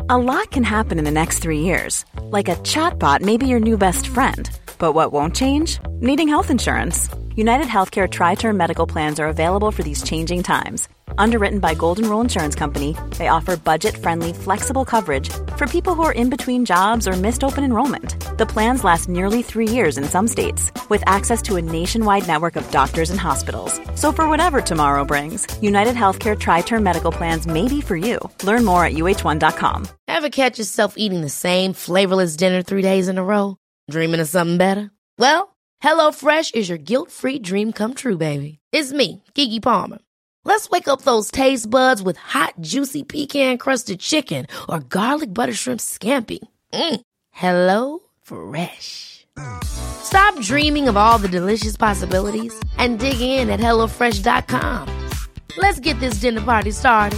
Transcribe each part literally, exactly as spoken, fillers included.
A lot can happen in the next three years. Like a chatbot may be your new best friend. But what won't change? Needing health insurance. United Healthcare Tri-Term Medical Plans are available for these changing times. Underwritten by Golden Rule Insurance Company, they offer budget-friendly, flexible coverage for people who are in between jobs or missed open enrollment. The plans last nearly three years in some states, with access to a nationwide network of doctors and hospitals. So for whatever tomorrow brings, United Healthcare Tri-Term Medical Plans may be for you. Learn more at U H one dot com. Ever catch yourself eating the same flavorless dinner three days in a row? Dreaming of something better? Well, HelloFresh is your guilt-free dream come true, baby. It's me, Keke Palmer. Let's wake up those taste buds with hot, juicy pecan-crusted chicken or garlic butter shrimp scampi. Mm. Hello Fresh. Stop dreaming of all the delicious possibilities and dig in at hello fresh dot com. Let's get this dinner party started.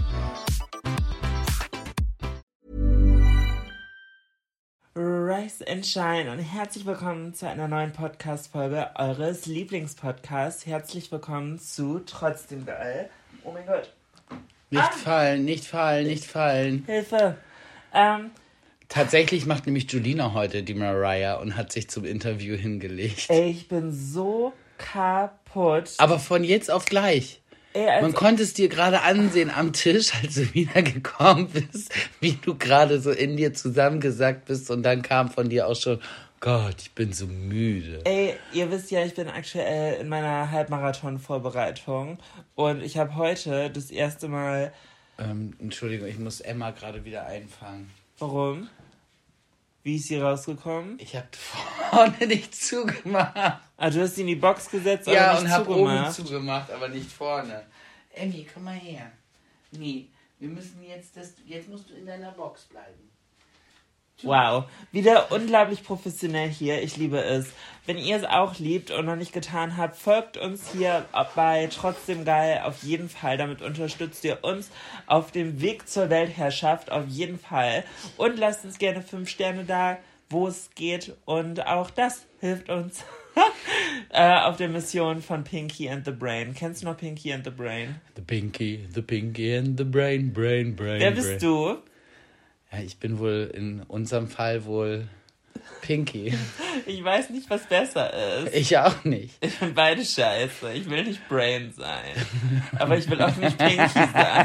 Rise and Shine und herzlich willkommen zu einer neuen Podcast-Folge eures Lieblingspodcasts. Herzlich willkommen zu Trotzdem Geil. Oh mein Gott. Nicht ah. fallen, nicht fallen, nicht fallen. Hilfe. Ähm, Tatsächlich macht nämlich Julina heute die Mariah und hat sich zum Interview hingelegt. ey, ich bin so kaputt. Aber von jetzt auf gleich. Ey, also Man konnte es dir gerade ansehen am Tisch, als du wieder gekommen bist, wie du gerade so in dir zusammengesackt bist und dann kam von dir auch schon, Gott, ich bin so müde. Ey, ihr wisst ja, ich bin aktuell in meiner Halbmarathon-Vorbereitung und ich habe heute das erste Mal... Ähm, Entschuldigung, ich muss Emma gerade wieder einfangen. Warum? Wie ist sie rausgekommen? Ich habe vorne nicht zugemacht. Ah, du hast sie in die Box gesetzt, aber Ja, nicht und habe zugemacht. oben zugemacht, aber nicht vorne. Emmy, komm mal her. Nee, wir müssen jetzt, das, jetzt musst du in deiner Box bleiben. Wow, wieder unglaublich professionell hier. Ich liebe es. Wenn ihr es auch liebt und noch nicht getan habt, folgt uns hier bei Trotzdem Geil auf jeden Fall. Damit unterstützt ihr uns auf dem Weg zur Weltherrschaft auf jeden Fall. Und lasst uns gerne fünf Sterne da, wo es geht. Und auch das hilft uns äh, auf der Mission von Pinky and the Brain. Kennst du noch Pinky and the Brain? The Pinky, the Pinky and the Brain, Brain, Brain. Wer bist brain. du? Ja, ich bin wohl in unserem Fall wohl Pinky. Ich weiß nicht, was besser ist. Ich auch nicht. Ich bin beide scheiße. Ich will nicht Brain sein. Aber ich will auch nicht Pinky sein.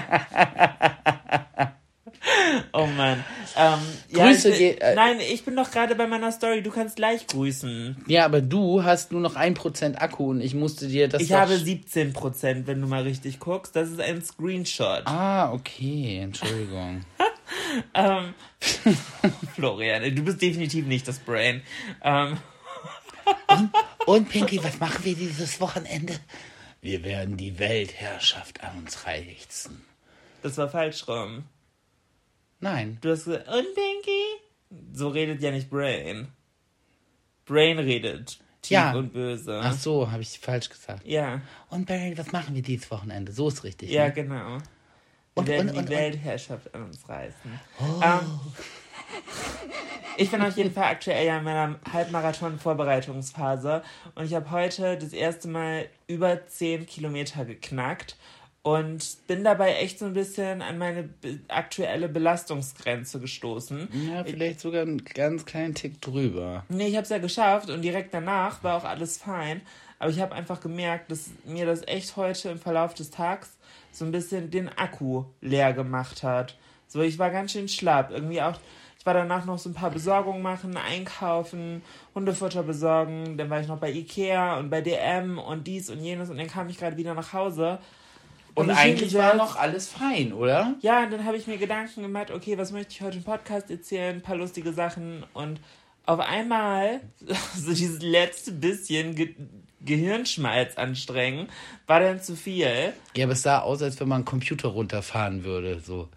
Oh Mann. Ähm, Grüße ja, ich ge- bin, äh, Nein, ich bin doch gerade bei meiner Story. Du kannst gleich grüßen. Ja, aber du hast nur noch ein Prozent Akku und ich musste dir das Ich doch... habe siebzehn Prozent, wenn du mal richtig guckst. Das ist ein Screenshot. Ah, okay. Entschuldigung. Ähm, Florian, du bist definitiv nicht das Brain. Ähm, Und, und Pinky, was machen wir dieses Wochenende? Wir werden die Weltherrschaft an uns reißen. das war falsch rum. Nein. Du hast gesagt, und Pinky? So redet ja nicht Brain. Brain redet tief Ja. und böse. Ach so, habe ich falsch gesagt. Ja, Und Barry, was machen wir dieses Wochenende? So ist richtig. ja, ne? genau. Wir Und- werden und- die und- Weltherrschaft an uns reißen. Oh. Ähm, ich bin auf jeden Fall aktuell ja in meiner Halbmarathon-Vorbereitungsphase und ich habe heute das erste Mal über zehn Kilometer geknackt und bin dabei echt so ein bisschen an meine be- aktuelle Belastungsgrenze gestoßen. Ja, vielleicht sogar einen ganz kleinen Tick drüber. Nee, ich habe es ja geschafft und direkt danach war auch alles fein. Aber ich habe einfach gemerkt, dass mir das echt heute im Verlauf des Tages so ein bisschen den Akku leer gemacht hat. So, ich war ganz schön schlapp. Irgendwie auch, ich war danach noch so ein paar Besorgungen machen, einkaufen, Hundefutter besorgen. Dann war ich noch bei Ikea und bei D M und dies und jenes. Und dann kam ich gerade wieder nach Hause. Und mich eigentlich war hingesetzt. noch alles fein, oder? Ja, und dann habe ich mir Gedanken gemacht, okay, was möchte ich heute im Podcast erzählen? Ein paar lustige Sachen. Und auf einmal, so dieses letzte bisschen Ge- Gehirnschmalz anstrengen, war dann zu viel. Ja, aber es sah aus, als wenn man einen Computer runterfahren würde. So.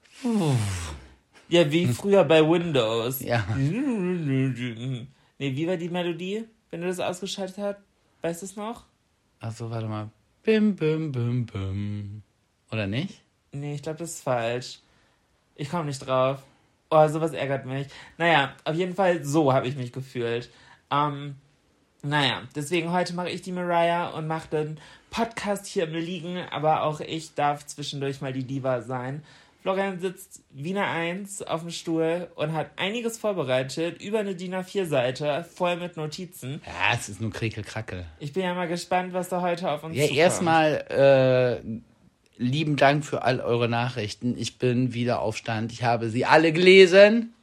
Ja, wie früher bei Windows. Ja. Nee, wie war die Melodie, wenn du das ausgeschaltet hast? Weißt du es noch? Achso, warte mal. Bim, bim, bim, bim. Oder nicht? Nee, ich glaube, das ist falsch. Ich komme nicht drauf. Oh, sowas ärgert mich. Naja, auf jeden Fall so habe ich mich gefühlt. Ähm, naja, deswegen heute mache ich die Mariah und mache den Podcast hier im Liegen, aber auch ich darf zwischendurch mal die Diva sein, Florian sitzt wie eine Eins auf dem Stuhl und hat einiges vorbereitet, über eine D I N A vier Seite, voll mit Notizen. Ja, es ist nur Krickelkrackel. Ich bin ja mal gespannt, was da heute auf uns ja, zukommt. Ja, erstmal äh, lieben Dank für all eure Nachrichten. Ich bin wieder auf Stand. Ich habe sie alle gelesen.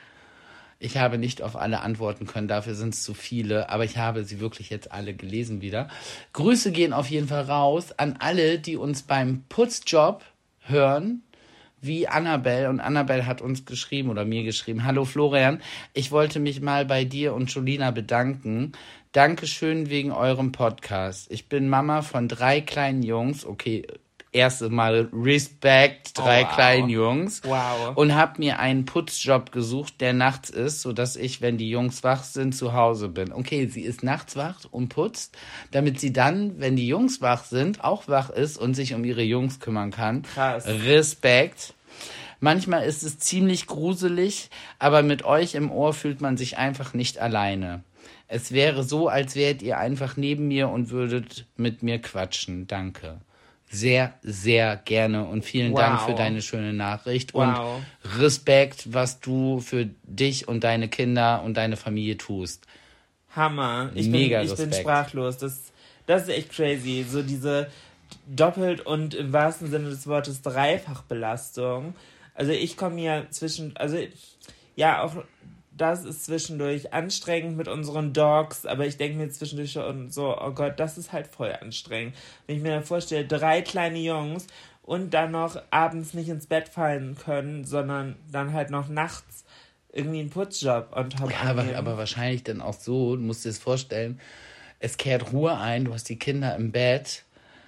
Ich habe nicht auf alle antworten können, dafür sind es zu viele, aber ich habe sie wirklich jetzt alle gelesen wieder. Grüße gehen auf jeden Fall raus an alle, die uns beim Putzjob hören, wie Annabelle. Und Annabelle hat uns geschrieben oder mir geschrieben: Hallo Florian, ich wollte mich mal bei dir und Julina bedanken. Dankeschön wegen eurem Podcast. Ich bin Mama von drei kleinen Jungs, okay, erste Mal Respekt, drei oh, wow. kleinen Jungs. Wow. Und habe mir einen Putzjob gesucht, der nachts ist, sodass ich, wenn die Jungs wach sind, zu Hause bin. Okay, sie ist nachts wach und putzt, damit sie dann, wenn die Jungs wach sind, auch wach ist und sich um ihre Jungs kümmern kann. Krass. Respekt. Manchmal ist es ziemlich gruselig, aber mit euch im Ohr fühlt man sich einfach nicht alleine. Es wäre so, als wärt ihr einfach neben mir und würdet mit mir quatschen. Danke. Sehr, sehr gerne und vielen wow. Dank für deine schöne Nachricht wow. und Respekt, was du für dich und deine Kinder und deine Familie tust. Hammer. Ich, Mega bin, ich Respekt. bin sprachlos. Das, das ist echt crazy. So diese doppelt und im wahrsten Sinne des Wortes Dreifachbelastung. Also ich komme ja zwischen, also ja, auch das ist zwischendurch anstrengend mit unseren Dogs, aber ich denke mir zwischendurch schon so, oh Gott, das ist halt voll anstrengend. Wenn ich mir dann vorstelle, drei kleine Jungs und dann noch abends nicht ins Bett fallen können, sondern dann halt noch nachts irgendwie einen Putzjob on top ja, aber, aber wahrscheinlich dann auch so, du musst dir das vorstellen, es kehrt Ruhe ein, du hast die Kinder im Bett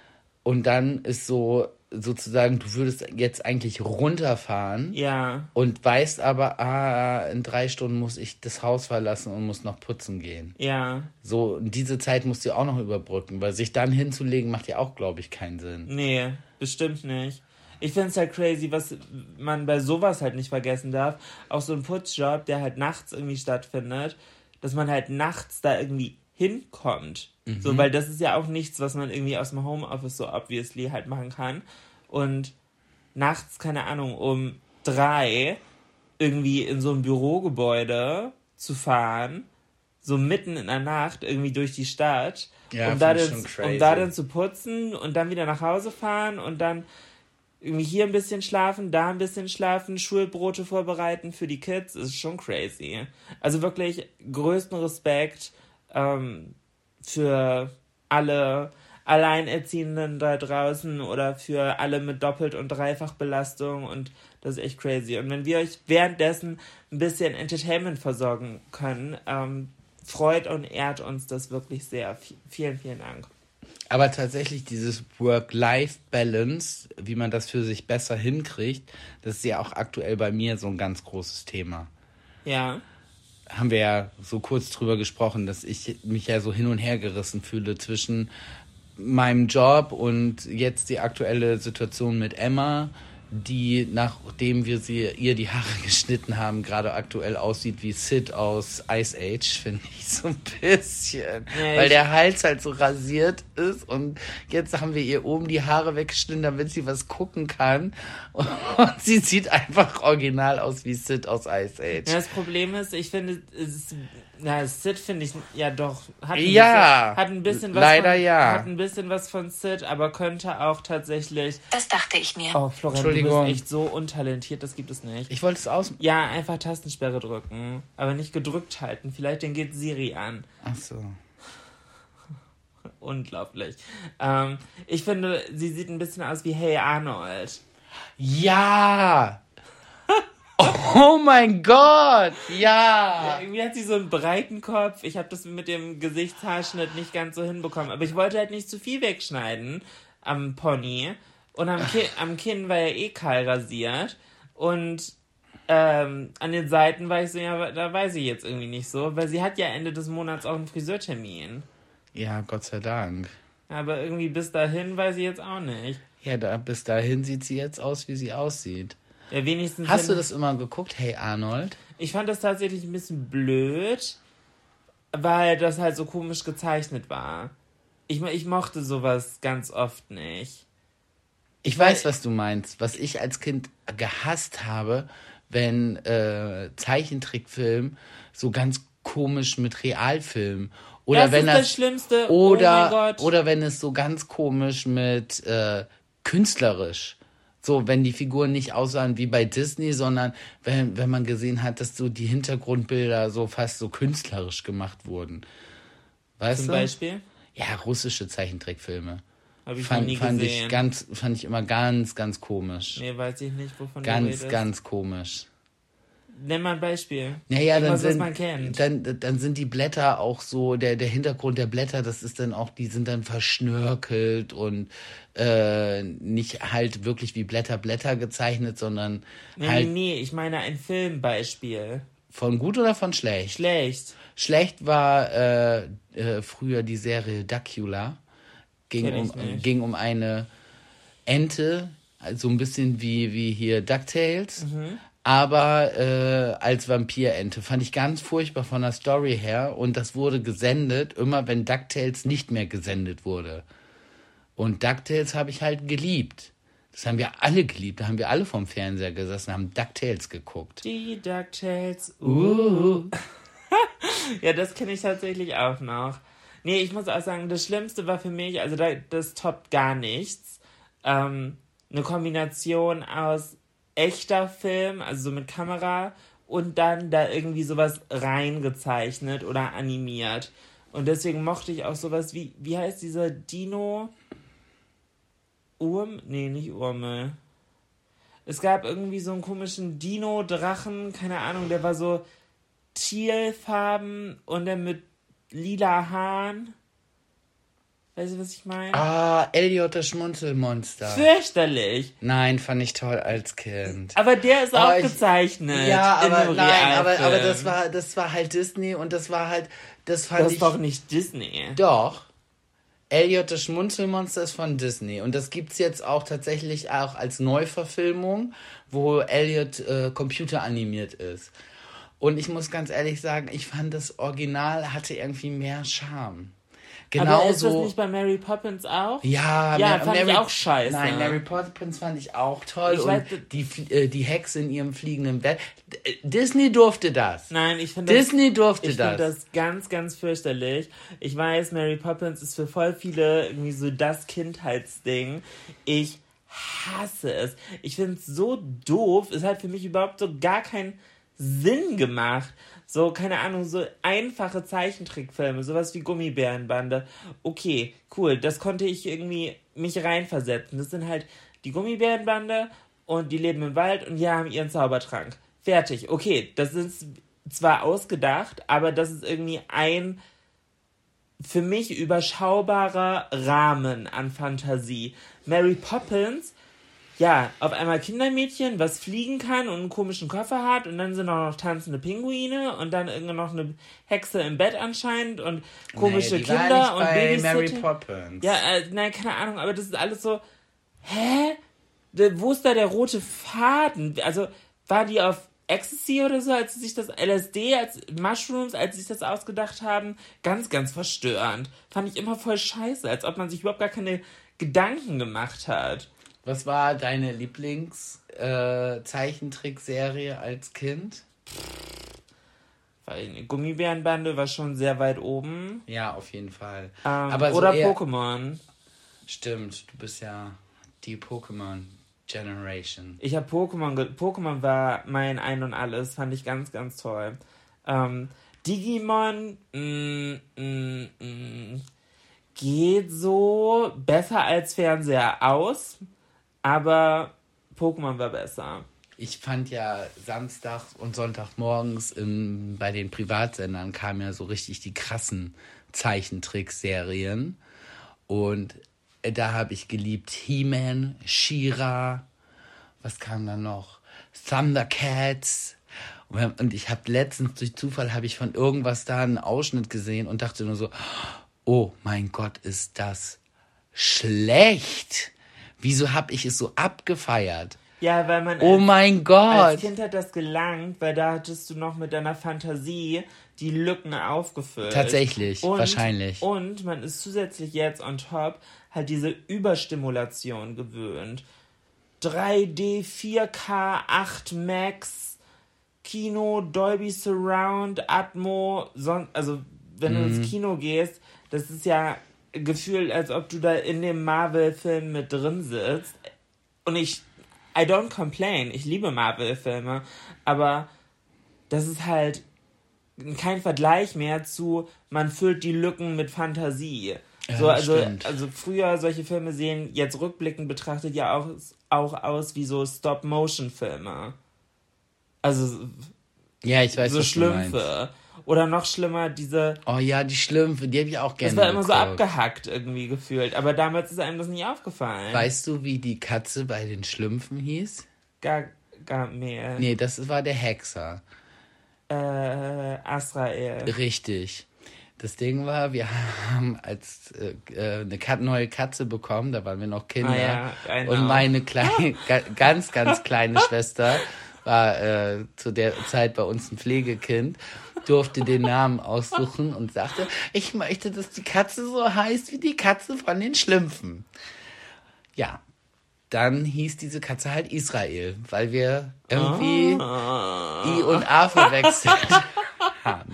und dann ist so sozusagen, du würdest jetzt eigentlich runterfahren ja. und weißt aber, ah, in drei Stunden muss ich das Haus verlassen und muss noch putzen gehen. Ja. So, diese Zeit musst du auch noch überbrücken, weil sich dann hinzulegen macht ja auch, glaube ich, keinen Sinn. Nee, bestimmt nicht. Ich finde es halt crazy, was man bei sowas halt nicht vergessen darf. Auch so ein Putzjob, der halt nachts irgendwie stattfindet, dass man halt nachts da irgendwie hinkommt. Mhm. So, weil das ist ja auch nichts, was man irgendwie aus dem Homeoffice so obviously halt machen kann. Und nachts, keine Ahnung, um drei irgendwie in so ein Bürogebäude zu fahren, so mitten in der Nacht irgendwie durch die Stadt, ja, um, da dann, um da dann zu putzen und dann wieder nach Hause fahren und dann irgendwie hier ein bisschen schlafen, da ein bisschen schlafen, Schulbrote vorbereiten für die Kids, ist schon crazy. Also wirklich größten Respekt ähm, für alle Alleinerziehenden da draußen oder für alle mit Doppelt- und Dreifachbelastung und das ist echt crazy. Und wenn wir euch währenddessen ein bisschen Entertainment versorgen können, ähm, freut und ehrt uns das wirklich sehr. V- vielen, vielen Dank. Aber tatsächlich dieses Work-Life-Balance, wie man das für sich besser hinkriegt, das ist ja auch aktuell bei mir so ein ganz großes Thema. Ja. Haben wir ja so kurz drüber gesprochen, dass ich mich ja so hin und her gerissen fühle zwischen meinem Job und jetzt die aktuelle Situation mit Emma, die, nachdem wir sie ihr die Haare geschnitten haben, gerade aktuell aussieht wie Sid aus Ice Age, finde ich so ein bisschen. Ja, weil der Hals halt so rasiert ist und jetzt haben wir ihr oben die Haare weggeschnitten, damit sie was gucken kann. Und sie sieht einfach original aus wie Sid aus Ice Age. Ja, das Problem ist, ich finde, es, na, Sid finde ich ja doch, hat ein ja, bisschen, hat ein bisschen was leider von, ja. hat ein bisschen was von Sid, aber könnte auch tatsächlich. Das dachte ich mir. Oh, Florian, du bist echt so untalentiert, das gibt es nicht. Ich wollte es aus... Ja, einfach Tastensperre drücken, aber nicht gedrückt halten. Vielleicht den geht Siri an. Ach so. Unglaublich. Ähm, ich finde, sie sieht ein bisschen aus wie Hey Arnold. Ja! Oh mein Gott! Ja! ja! Irgendwie hat sie so einen breiten Kopf. Ich habe das mit dem Gesichtshaarschnitt nicht ganz so hinbekommen. Aber ich wollte halt nicht zu viel wegschneiden am Pony. Und am, Ki- am Kinn war ja eh kahl rasiert. Und ähm, an den Seiten war ich so, ja, da weiß ich jetzt irgendwie nicht so. Weil sie hat ja Ende des Monats auch einen Friseurtermin. Ja, Gott sei Dank. Aber irgendwie bis dahin weiß ich jetzt auch nicht. Ja, da, bis dahin sieht sie jetzt aus, wie sie aussieht. Ja, wenigstens. Hast du das immer geguckt, Hey Arnold? Ich fand das tatsächlich ein bisschen blöd, weil das halt so komisch gezeichnet war. Ich, ich mochte sowas ganz oft nicht. Ich weiß, was du meinst. Was ich als Kind gehasst habe, wenn äh, Zeichentrickfilm so ganz komisch mit Realfilm oder das wenn ist das, das Schlimmste. oder Oh mein Gott. oder wenn es so ganz komisch mit äh, künstlerisch, so wenn die Figuren nicht aussahen wie bei Disney, sondern wenn wenn man gesehen hat, dass so die Hintergrundbilder so fast so künstlerisch gemacht wurden. Weißt Zum du? Beispiel? Ja, russische Zeichentrickfilme. Habe ich Fand, noch nie fand gesehen. ich ganz, fand ich immer ganz, ganz komisch. Nee, weiß ich nicht, wovon du Ganz, redest. ganz komisch. Nenn mal ein Beispiel. Naja, dann Irgendwas, was sind, man kennt. dann, dann sind die Blätter auch so, der, der Hintergrund der Blätter, das ist dann auch, die sind dann verschnörkelt und äh, nicht halt wirklich wie Blätter Blätter gezeichnet, sondern Nee, halt nee, nee, ich meine ein Filmbeispiel. von gut oder von schlecht? Schlecht. Schlecht war äh, äh, früher die Serie Dracula. Ging Kenn ich um, nicht. ging um eine Ente, also ein bisschen wie, wie hier DuckTales, Mhm. aber äh, als Vampirente. Fand ich ganz furchtbar von der Story her. Und das wurde gesendet, immer wenn DuckTales nicht mehr gesendet wurde. Und DuckTales habe ich halt geliebt. Das haben wir alle geliebt. Da haben wir alle vorm Fernseher gesessen, haben DuckTales geguckt. Die DuckTales. Uh. Uh. Ja, das kenne ich tatsächlich auch noch. Nee, ich muss auch sagen, das Schlimmste war für mich, also da, das toppt gar nichts. Ähm, eine Kombination aus echter Film, also so mit Kamera, und dann da irgendwie sowas reingezeichnet oder animiert. Und deswegen mochte ich auch sowas wie, wie heißt dieser Dino? Urm? Nee, nicht Urmel. Es gab irgendwie so einen komischen Dino-Drachen, keine Ahnung, der war so tealfarben und dann mit lila Haaren. Weißt du, was ich meine? Ah, Elliot das Schmunzelmonster. Fürchterlich. Nein, fand ich toll als Kind. Aber der ist Oh, auch ich- gezeichnet. Ja, in aber einem nein, aber, aber Realfilm. das war das war halt Disney und das war halt das fand Das ich ist doch nicht Disney. doch. Elliot das Schmunzelmonster ist von Disney und das gibt's jetzt auch tatsächlich auch als Neuverfilmung, wo Elliot äh, computeranimiert ist. Und ich muss ganz ehrlich sagen, ich fand das Original hatte irgendwie mehr Charme. Aber ist das Genauso. nicht bei Mary Poppins auch? Ja, Ja, Mar- fand ich auch scheiße. Nein, Mary Poppins fand ich auch toll. Ich und weiß, die, Fl- äh, die Hexe in ihrem fliegenden Bett. D- Disney durfte das. Nein, ich finde das, Disney durfte ich das. finde das ganz, ganz fürchterlich. Ich weiß, Mary Poppins ist für voll viele irgendwie so das Kindheitsding. Ich hasse es. Ich finde es so doof. Es hat für mich überhaupt so gar keinen Sinn gemacht. So, keine Ahnung, so einfache Zeichentrickfilme, sowas wie Gummibärenbande. Okay, cool, das konnte ich irgendwie mich reinversetzen. Das sind halt die Gummibärenbande und die leben im Wald und die haben ihren Zaubertrank. Fertig. Okay, das ist zwar ausgedacht, aber das ist irgendwie ein für mich überschaubarer Rahmen an Fantasie. Mary Poppins, ja, auf einmal Kindermädchen, was fliegen kann und einen komischen Koffer hat und dann sind auch noch tanzende Pinguine und dann irgendwie noch eine Hexe im Bett anscheinend und komische Nee, die war Kinder nicht und bei Babysitting. Mary Poppins. Ja, äh, nein, keine Ahnung, aber das ist alles so, hä? De- Wo ist da der rote Faden? Also, war die auf Ecstasy oder so, als sie sich das L S D, als Mushrooms, als sie sich das ausgedacht haben? Ganz, ganz verstörend. Fand ich immer voll scheiße, als ob man sich überhaupt gar keine Gedanken gemacht hat. Was war deine Lieblings-Zeichentrickserie als Kind? Weil eine Gummibärenbande war schon sehr weit oben. Ja, auf jeden Fall. Ähm, Aber so oder eher- Pokémon. Stimmt, du bist ja die Pokémon-Generation. Ich habe Pokémon, ge- Pokémon war mein Ein und Alles, fand ich ganz, ganz toll. Ähm, Digimon, mm, mm, mm, geht so besser als Fernseher aus, aber Pokémon war besser. Ich fand ja Samstag und Sonntagmorgens im, bei den Privatsendern kamen ja so richtig die krassen Zeichentrickserien. Und da habe ich geliebt He-Man, She-Ra, was kam da noch? Thundercats. Und ich habe letztens durch Zufall habe ich von irgendwas da einen Ausschnitt gesehen und dachte nur so, oh mein Gott, ist das schlecht. Wieso habe ich es so abgefeiert? Ja, weil man Oh als, mein Gott. als Kind hat das gelangt, weil da hattest du noch mit deiner Fantasie die Lücken aufgefüllt. Tatsächlich, und, wahrscheinlich. Und man ist zusätzlich jetzt on top halt diese Überstimulation gewöhnt. drei D, vier K, acht Max, Kino, Dolby Surround, Atmo, son- also wenn du ins Kino gehst, das ist ja gefühlt, als ob du da in dem Marvel-Film mit drin sitzt. Und ich, I don't complain, ich liebe Marvel-Filme, aber das ist halt kein Vergleich mehr zu, man füllt die Lücken mit Fantasie. Ja, so, also, stimmt. also früher solche Filme sehen jetzt rückblickend betrachtet ja auch, auch aus wie so Stop-Motion-Filme. Also Ja, ich weiß, so was du meinst. Schlümpfe. Oder noch schlimmer, diese... Oh ja, die Schlümpfe, die habe ich auch gerne Das war immer so geguckt. abgehackt irgendwie gefühlt. Aber damals ist einem das nicht aufgefallen. Weißt du, wie die Katze bei den Schlümpfen hieß? Gar, gar mehr. Nee, das war der Hexer. Äh, Azrael. Richtig. Das Ding war, wir haben als äh, eine Kat- neue Katze bekommen, da waren wir noch Kinder. Ah ja, I know. Und meine kleine, ga, ganz, ganz kleine Schwester war äh, zu der Zeit bei uns ein Pflegekind, durfte den Namen aussuchen und sagte, ich möchte, dass die Katze so heißt wie die Katze von den Schlümpfen. Ja, dann hieß diese Katze halt Israel, weil wir irgendwie Ah. I und A verwechselt haben.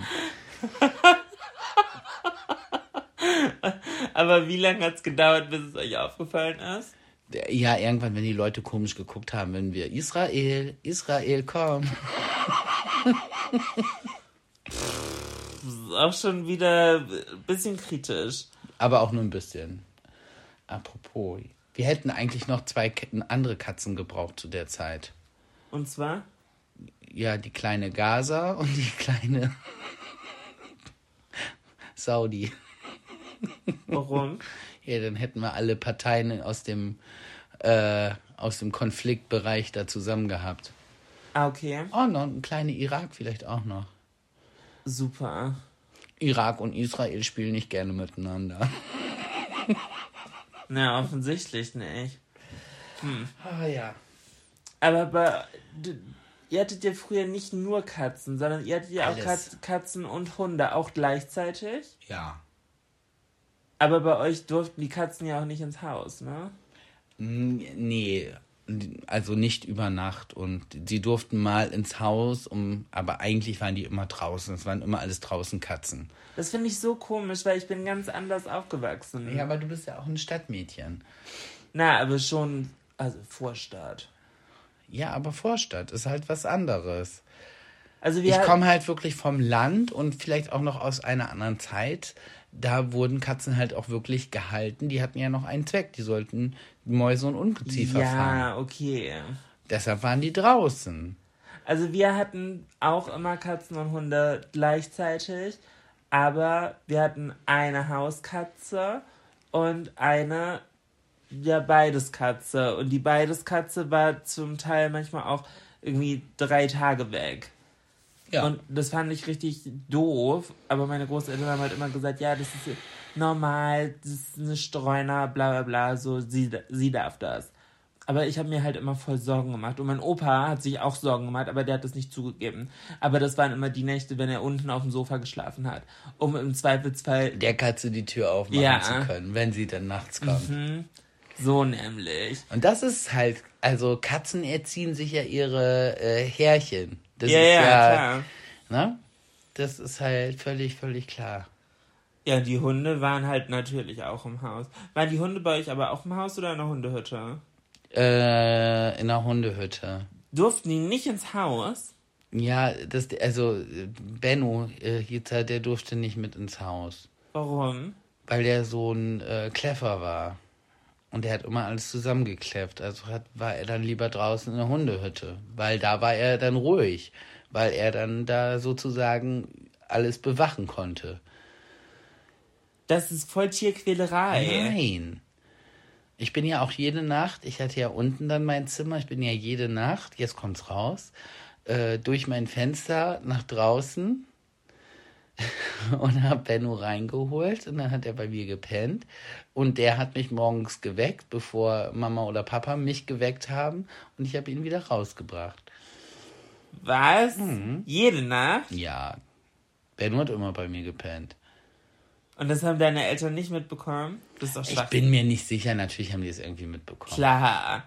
Aber wie lange hat's gedauert, bis es euch aufgefallen ist? Ja, irgendwann, wenn die Leute komisch geguckt haben, wenn wir Israel, Israel, komm. Das ist auch schon wieder ein bisschen kritisch. Aber auch nur ein bisschen. Apropos, wir hätten eigentlich noch zwei K- andere Katzen gebraucht zu der Zeit. Und zwar? Ja, die kleine Gaza und die kleine Saudi. Warum? Ja, dann hätten wir alle Parteien aus dem, äh, aus dem Konfliktbereich da zusammen gehabt. Ah, okay. Oh, noch ein kleiner Irak vielleicht auch noch. Super. Irak und Israel spielen nicht gerne miteinander. Na, offensichtlich nicht. Ah ja. Aber bei, d- ihr hattet ja früher nicht nur Katzen, sondern ihr hattet ja auch Alles. Katz, Katzen und Hunde, auch gleichzeitig. Ja. Aber bei euch durften die Katzen ja auch nicht ins Haus, ne? N- Nee, also nicht über Nacht. Und sie durften mal ins Haus, um, aber eigentlich waren die immer draußen. Es waren immer alles draußen Katzen. Das finde ich so komisch, weil ich bin ganz anders aufgewachsen. Ja, aber du bist ja auch ein Stadtmädchen. Na, aber schon, also Vorstadt. Ja, aber Vorstadt ist halt was anderes. Also wir Ich komme halt wirklich vom Land und vielleicht auch noch aus einer anderen Zeit. Da wurden Katzen halt auch wirklich gehalten. Die hatten ja noch einen Zweck. Die sollten Mäuse und Ungeziefer fangen. Ja, okay. Deshalb waren die draußen. Also wir hatten auch immer Katzen und Hunde gleichzeitig, aber wir hatten eine Hauskatze und eine, ja, Beideskatze. Und die Beideskatze war zum Teil manchmal auch irgendwie drei Tage weg. Ja. Und das fand ich richtig doof, aber meine Großeltern haben halt immer gesagt, ja, das ist normal, das ist eine Streuner, bla bla bla, so, sie, sie darf das. Aber ich habe mir halt immer voll Sorgen gemacht. Und mein Opa hat sich auch Sorgen gemacht, aber der hat das nicht zugegeben. Aber das waren immer die Nächte, wenn er unten auf dem Sofa geschlafen hat, um im Zweifelsfall... Der Katze die Tür aufmachen Ja. zu können, wenn sie dann nachts kommt. Mhm, so nämlich. Und das ist halt, also Katzen erziehen sich ja ihre äh, Härchen. Das Ja, ist ja, ja, klar. ne? Das ist halt völlig, völlig klar. Ja, die Hunde waren halt natürlich auch im Haus. Waren die Hunde bei euch aber auch im Haus oder in der Hundehütte? Äh, in einer Hundehütte. Durften die nicht ins Haus? Ja, das, also äh, Benno, äh, Jitzer, der durfte nicht mit ins Haus. Warum? Weil der so ein äh, Kleffer war. Und der hat immer alles zusammengekläfft. Also hat, war er dann lieber draußen in der Hundehütte. Weil da war er dann ruhig. Weil er dann da sozusagen alles bewachen konnte. Das ist voll Tierquälerei. Nein. Ich bin ja auch jede Nacht, ich hatte ja unten dann mein Zimmer, ich bin ja jede Nacht, jetzt kommt's raus, äh, durch mein Fenster nach draußen und habe Benno reingeholt und dann hat er bei mir gepennt und der hat mich morgens geweckt, bevor Mama oder Papa mich geweckt haben und ich habe ihn wieder rausgebracht. Was? Mhm. Jede Nacht? Ja, Benno hat immer bei mir gepennt. Und das haben deine Eltern nicht mitbekommen? Das ist doch schwach. Ich bin mir nicht sicher, natürlich haben die es irgendwie mitbekommen. Klar.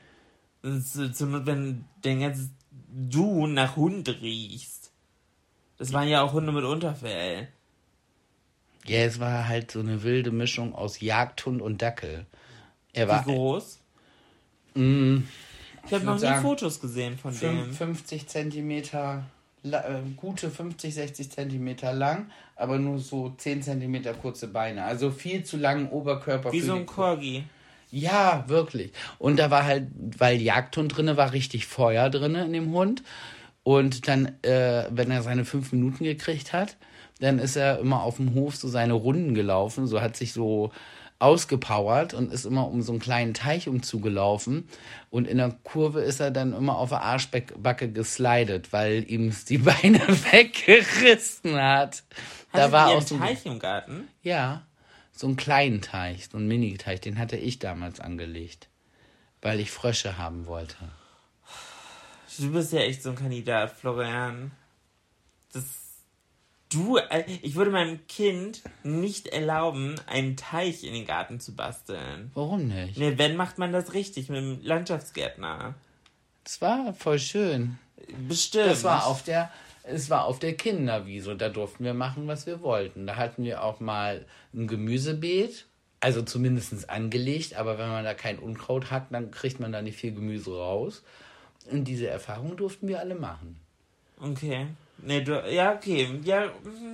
Zur Not, wenn denn jetzt du nach Hund riechst. Das waren ja auch Hunde mit Unterfell. Ja, es war halt so eine wilde Mischung aus Jagdhund und Dackel. Er war, Wie groß? Mh, ich habe noch nie sagen, Fotos gesehen von dem. fünfzig Zentimeter, äh, gute fünfzig, sechzig Zentimeter lang, aber nur so zehn Zentimeter kurze Beine. Also viel zu langen Oberkörper. Wie so ein Corgi. Ja, wirklich. Und da war halt, weil Jagdhund drinne war, richtig Feuer drinne in dem Hund. Und dann, äh, wenn er seine fünf Minuten gekriegt hat, dann ist er immer auf dem Hof so seine Runden gelaufen, so hat sich so ausgepowert und ist immer um so einen kleinen Teich umzugelaufen. Und in der Kurve ist er dann immer auf der Arschbacke geslidet, weil ihm die Beine weggerissen hat. Hattet da war ihr auch einen so Teich im Garten? Ja, so einen kleinen Teich, so einen Mini-Teich, den hatte ich damals angelegt, weil ich Frösche haben wollte. Du bist ja echt so ein Kandidat, Florian. Das Du, ich würde meinem Kind nicht erlauben, einen Teich in den Garten zu basteln. Warum nicht? Ne, wenn, macht man das richtig mit dem Landschaftsgärtner. Das war voll schön. Bestimmt. Das war auf der, es war auf der Kinderwiese. Da durften wir machen, was wir wollten. Da hatten wir auch mal ein Gemüsebeet, also zumindest angelegt. Aber wenn man da kein Unkraut hat, dann kriegt man da nicht viel Gemüse raus. Und diese Erfahrung durften wir alle machen. Okay. Nee, du, ja, okay. Ja,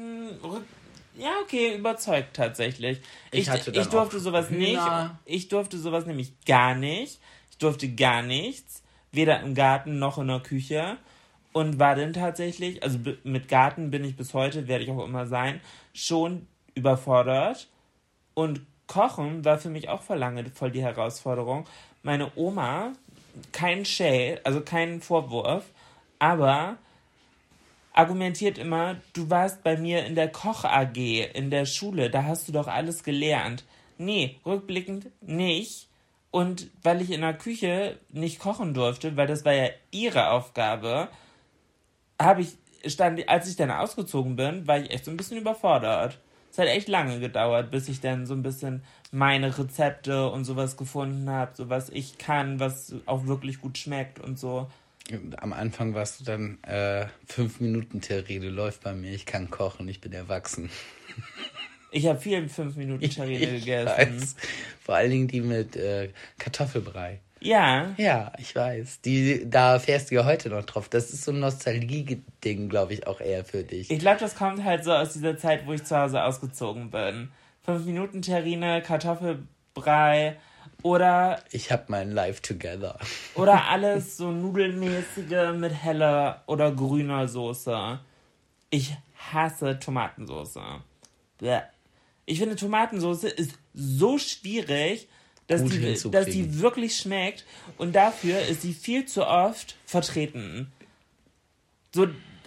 ja, okay, überzeugt tatsächlich. Ich, ich, hatte dann ich durfte sowas Hühner. nicht. Ich durfte sowas nämlich gar nicht. Ich durfte gar nichts. Weder im Garten noch in der Küche. Und war dann tatsächlich, also mit Garten bin ich bis heute, werde ich auch immer sein, schon überfordert. Und Kochen war für mich auch voll lange voll die Herausforderung. Meine Oma, kein Shade, also kein Vorwurf, aber argumentiert immer, du warst bei mir in der Koch-A G, in der Schule, da hast du doch alles gelernt. Nee, rückblickend nicht. Und weil ich in der Küche nicht kochen durfte, weil das war ja ihre Aufgabe, habe ich, stand, als ich dann ausgezogen bin, war ich echt so ein bisschen überfordert. Es hat echt lange gedauert, bis ich dann so ein bisschen meine Rezepte und sowas gefunden habe, so was ich kann, was auch wirklich gut schmeckt und so. Am Anfang warst du dann äh, fünf Minuten Terrine, läuft bei mir, ich kann kochen, ich bin erwachsen. Ich habe viel fünf Minuten Terrine ich gegessen. Weiß. Vor allen Dingen die mit äh, Kartoffelbrei. Ja. Ja, ich weiß. Die, da fährst du ja heute noch drauf. Das ist so ein Nostalgie-Ding, glaube ich, auch eher für dich. Ich glaube, das kommt halt so aus dieser Zeit, wo ich zu Hause ausgezogen bin. Fünf Minuten Terrine, Kartoffelbrei oder... Ich hab mein Life together. Oder alles so nudelmäßige mit heller oder grüner Soße. Ich hasse Tomatensoße. Bäh. Ich finde, Tomatensoße ist so schwierig, dass die, dass die wirklich schmeckt. Und dafür ist sie viel zu oft vertreten. So,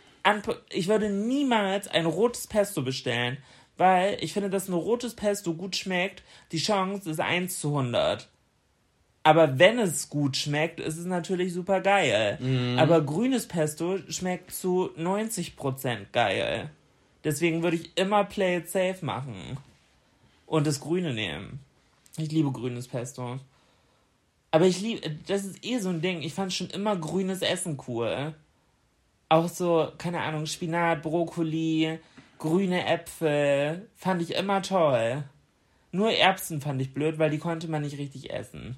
ich würde niemals ein rotes Pesto bestellen, weil ich finde, dass ein rotes Pesto gut schmeckt, die Chance ist eins zu hundert. Aber wenn es gut schmeckt, ist es natürlich super geil. Mm. Aber grünes Pesto schmeckt zu neunzig Prozent geil. Deswegen würde ich immer Play it safe machen. Und das Grüne nehmen. Ich liebe grünes Pesto. Aber ich liebe, das ist eh so ein Ding. Ich fand schon immer grünes Essen cool. Auch so, keine Ahnung, Spinat, Brokkoli, grüne Äpfel. Fand ich immer toll. Nur Erbsen fand ich blöd, weil die konnte man nicht richtig essen.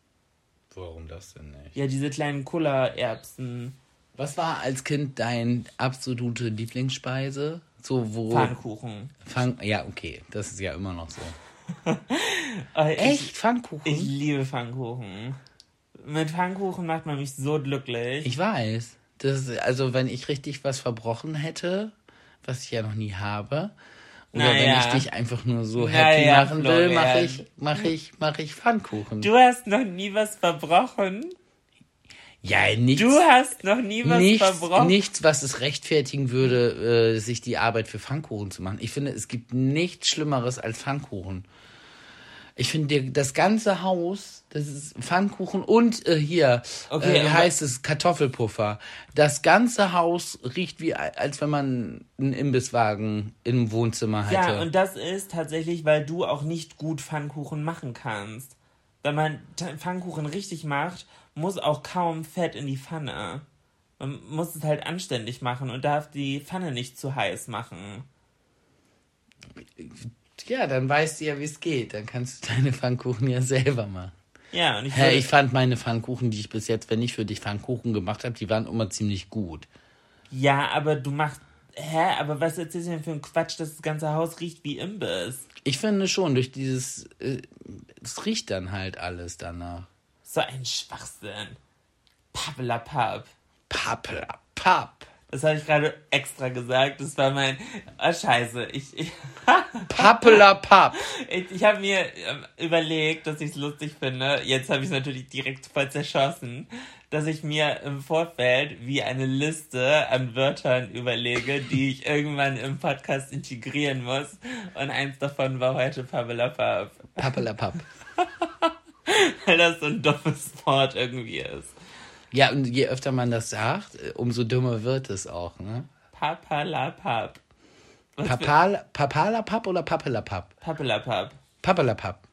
Warum das denn nicht? Ja, diese kleinen Kullererbsen. Was war als Kind deine absolute Lieblingsspeise? So, wo... Pfannkuchen. Pfann... Ja, okay. Das ist ja immer noch so. oh, Echt? Pfannkuchen? Ich liebe Pfannkuchen. Mit Pfannkuchen macht man mich so glücklich. Ich weiß. Das ist, also, wenn ich richtig was verbrochen hätte, was ich ja noch nie habe, oder naja. wenn ich dich einfach nur so happy naja, machen will, mache ich, mach ich, mach ich Pfannkuchen. Du hast noch nie was verbrochen? Ja, nichts. Du hast noch nie was nichts, verbrochen. Nichts, was es rechtfertigen würde, äh, sich die Arbeit für Pfannkuchen zu machen. Ich finde, es gibt nichts Schlimmeres als Pfannkuchen. Ich finde, das ganze Haus, das ist Pfannkuchen und äh, hier, Okay, äh, wie heißt es, Kartoffelpuffer. Das ganze Haus riecht wie, als wenn man einen Imbisswagen im Wohnzimmer hätte. Ja, und das ist tatsächlich, weil du auch nicht gut Pfannkuchen machen kannst. Wenn man T- Pfannkuchen richtig macht, muss auch kaum Fett in die Pfanne. Man muss es halt anständig machen und darf die Pfanne nicht zu heiß machen. Ja, dann weißt du ja, wie es geht. Dann kannst du deine Pfannkuchen ja selber machen. Ja, und ich, Hey, würde- ich fand meine Pfannkuchen, die ich bis jetzt, wenn ich für dich Pfannkuchen gemacht habe, die waren immer ziemlich gut. Ja, aber du machst... Hä? Aber was erzählst du denn für einen Quatsch, dass das ganze Haus riecht wie Imbiss? Ich finde schon, durch dieses, äh, es riecht dann halt alles danach. So ein Schwachsinn. Pappelapapp. Pappelapapp. Das habe ich gerade extra gesagt. Das war mein... Oh, scheiße. Ich... ich Pappelapapp. Ich, ich habe mir ähm, überlegt, dass ich es lustig finde. Jetzt habe ich es natürlich direkt voll zerschossen, dass ich mir im Vorfeld wie eine Liste an Wörtern überlege, die ich irgendwann im Podcast integrieren muss. Und eins davon war heute Pappelapapp. Pappelapapp. Weil das so ein dummes Wort irgendwie ist. Ja, und je öfter man das sagt, umso dümmer wird es auch, ne? Pappelapapp. Was für- Papal, Papalapapp oder Pappelapapp? Pappelapapp. Pappelapapp.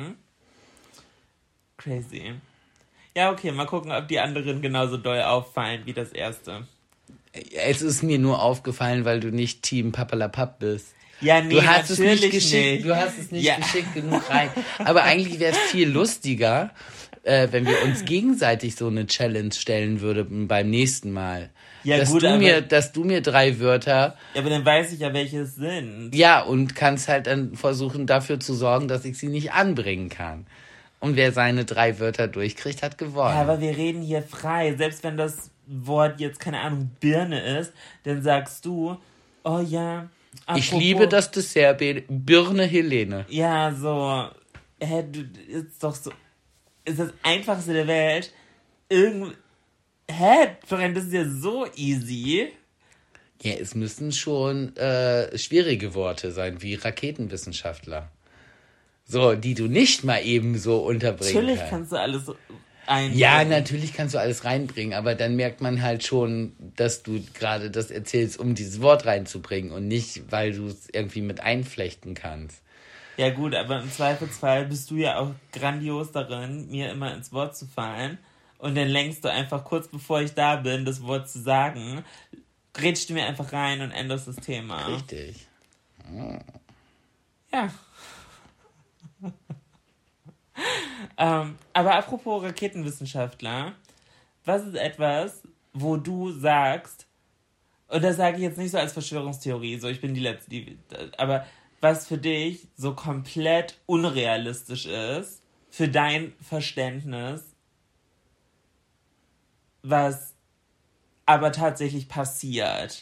Crazy. Ja, okay, mal gucken, ob die anderen genauso doll auffallen wie das erste. Es ist mir nur aufgefallen, weil du nicht Team Pappelapapp bist. Ja, nee, Du hast es natürlich nicht geschickt, nicht. du hast es nicht Ja. geschickt genug rein. Aber eigentlich wäre es viel lustiger, äh, wenn wir uns gegenseitig so eine Challenge stellen würden beim nächsten Mal. Ja, dass gut, du aber- mir, dass du mir drei Wörter, Ja, aber dann weiß ich ja, welche es sind. ja, und kannst halt dann versuchen, dafür zu sorgen, dass ich sie nicht anbringen kann. Und wer seine drei Wörter durchkriegt, hat gewonnen. Ja, aber wir reden hier frei. Selbst wenn das Wort jetzt, keine Ahnung, Birne ist, dann sagst du, oh ja, ich apropos- liebe das Dessert Be- Birne Helene. Ja, so, hä, du, ist doch so, ist das Einfachste der Welt. Irgend, hä, Florian, das ist ja so easy. Ja, es müssen schon äh, schwierige Worte sein, wie Raketenwissenschaftler. So, die du nicht mal eben so unterbringen Natürlich kannst. kannst du alles einbringen. Ja, natürlich kannst du alles reinbringen, aber dann merkt man halt schon, dass du gerade das erzählst, um dieses Wort reinzubringen und nicht, weil du es irgendwie mit einflechten kannst. Ja gut, aber im Zweifelsfall bist du ja auch grandios darin, mir immer ins Wort zu fallen. Und dann lenkst du einfach kurz bevor ich da bin, das Wort zu sagen, grätschst du mir einfach rein und änderst das Thema. Richtig. Ja. ähm, aber apropos Raketenwissenschaftler, was ist etwas, wo du sagst, und das sage ich jetzt nicht so als Verschwörungstheorie, so ich bin die Letzte, die, aber was für dich so komplett unrealistisch ist, für dein Verständnis, was aber tatsächlich passiert.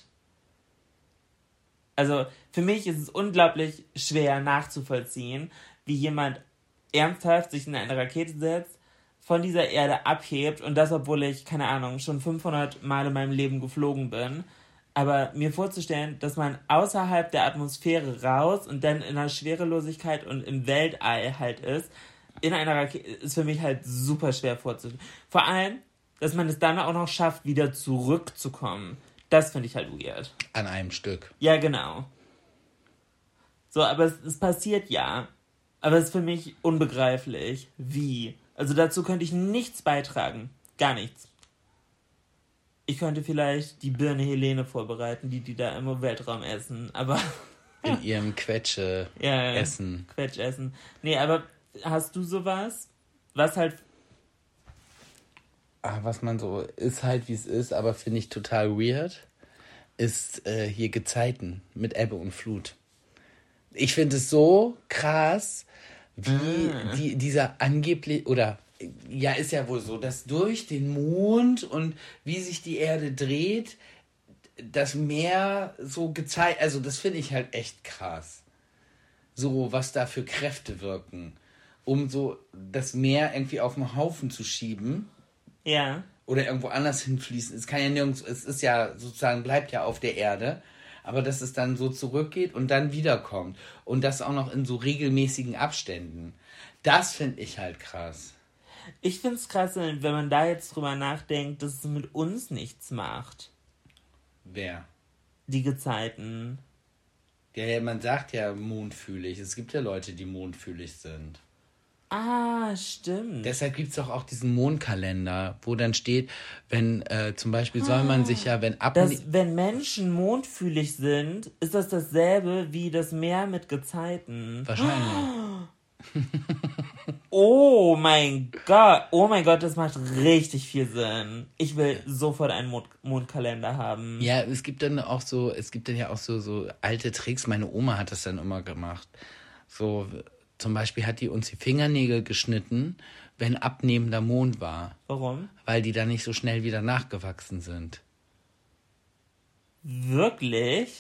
Also für mich ist es unglaublich schwer nachzuvollziehen, wie jemand ernsthaft sich in eine Rakete setzt, von dieser Erde abhebt und das, obwohl ich, keine Ahnung, schon fünfhundert Mal in meinem Leben geflogen bin. Aber mir vorzustellen, dass man außerhalb der Atmosphäre raus und dann in der Schwerelosigkeit und im Weltall halt ist, in einer Rakete, ist für mich halt super schwer vorzustellen. Vor allem, dass man es dann auch noch schafft, wieder zurückzukommen. Das finde ich halt weird. An einem Stück. Ja, genau. So, aber es, es passiert ja. Aber es ist für mich unbegreiflich. Wie? Also dazu könnte ich nichts beitragen. Gar nichts. Ich könnte vielleicht die Birne Helene vorbereiten, die die da im Weltraum essen. Aber In ihrem Quetsche ja, essen. Quetsch essen. Nee, aber hast du sowas? Was halt... Ah, was man so ist halt, wie es ist, aber finde ich total weird, ist äh, hier Gezeiten mit Ebbe und Flut. Ich finde es so krass, wie Ah. die, dieser angeblich, oder ja, ist ja wohl so, dass durch den Mond und wie sich die Erde dreht, das Meer so gezeigt, also das finde ich halt echt krass. So, was da für Kräfte wirken, um so das Meer irgendwie auf den Haufen zu schieben. Ja. oder irgendwo anders hinfließen. Es kann ja nirgends, es ist ja sozusagen, bleibt ja auf der Erde, aber dass es dann so zurückgeht und dann wiederkommt. Und das auch noch in so regelmäßigen Abständen. Das finde ich halt krass. Ich finde es krass, wenn man da jetzt drüber nachdenkt, dass es mit uns nichts macht. Wer? Die Gezeiten. Ja, man sagt ja mondfühlig. Es gibt ja Leute, die mondfühlig sind. Ah, stimmt. Deshalb gibt es doch auch diesen Mondkalender, wo dann steht, wenn äh, zum Beispiel soll man sich ja, wenn ab... Das, wenn Menschen mondfühlig sind, ist das dasselbe wie das Meer mit Gezeiten. Wahrscheinlich. Oh mein Gott. Oh mein Gott, das macht richtig viel Sinn. Ich will sofort einen Mond- Mondkalender haben. Ja, es gibt dann auch so, es gibt dann ja auch so, so alte Tricks. Meine Oma hat das dann immer gemacht. So, zum Beispiel hat die uns die Fingernägel geschnitten, wenn abnehmender Mond war. Warum? Weil die dann nicht so schnell wieder nachgewachsen sind. Wirklich?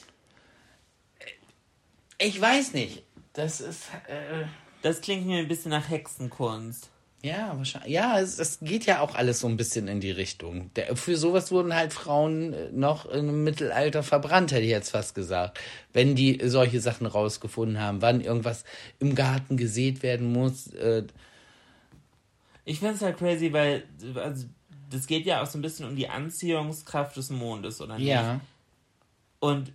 Ich weiß nicht. Das ist... Äh Das klingt mir ein bisschen nach Hexenkunst. Ja, wahrscheinlich. Ja, es, es geht ja auch alles so ein bisschen in die Richtung. Der, für sowas wurden halt Frauen noch im Mittelalter verbrannt, hätte ich jetzt fast gesagt. Wenn die solche Sachen rausgefunden haben, wann irgendwas im Garten gesät werden muss. Äh ich finde es halt crazy, weil also, das geht ja auch so ein bisschen um die Anziehungskraft des Mondes, oder nicht? Ja. Und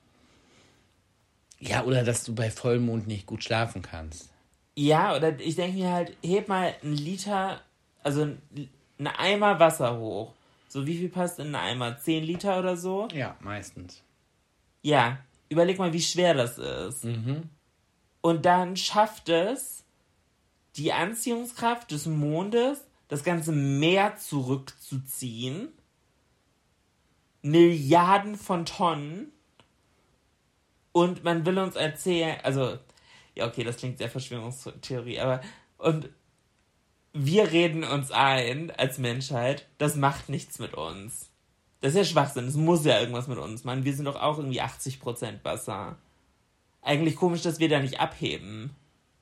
ja, oder dass du bei Vollmond nicht gut schlafen kannst. ja, oder ich denke mir halt, heb mal einen Liter, also einen Eimer Wasser hoch. So, wie viel passt in einen Eimer? Zehn Liter oder so? Ja, meistens. Ja, überleg mal, wie schwer das ist. Mhm. Und dann schafft es die Anziehungskraft des Mondes, das ganze Meer zurückzuziehen. Milliarden von Tonnen. Und man will uns erzählen, also, ja, okay, das klingt sehr Verschwörungstheorie, aber, und wir reden uns ein, als Menschheit, das macht nichts mit uns. Das ist ja Schwachsinn, das muss ja irgendwas mit uns machen. Wir sind doch auch irgendwie achtzig Prozent Wasser. Eigentlich komisch, dass wir da nicht abheben.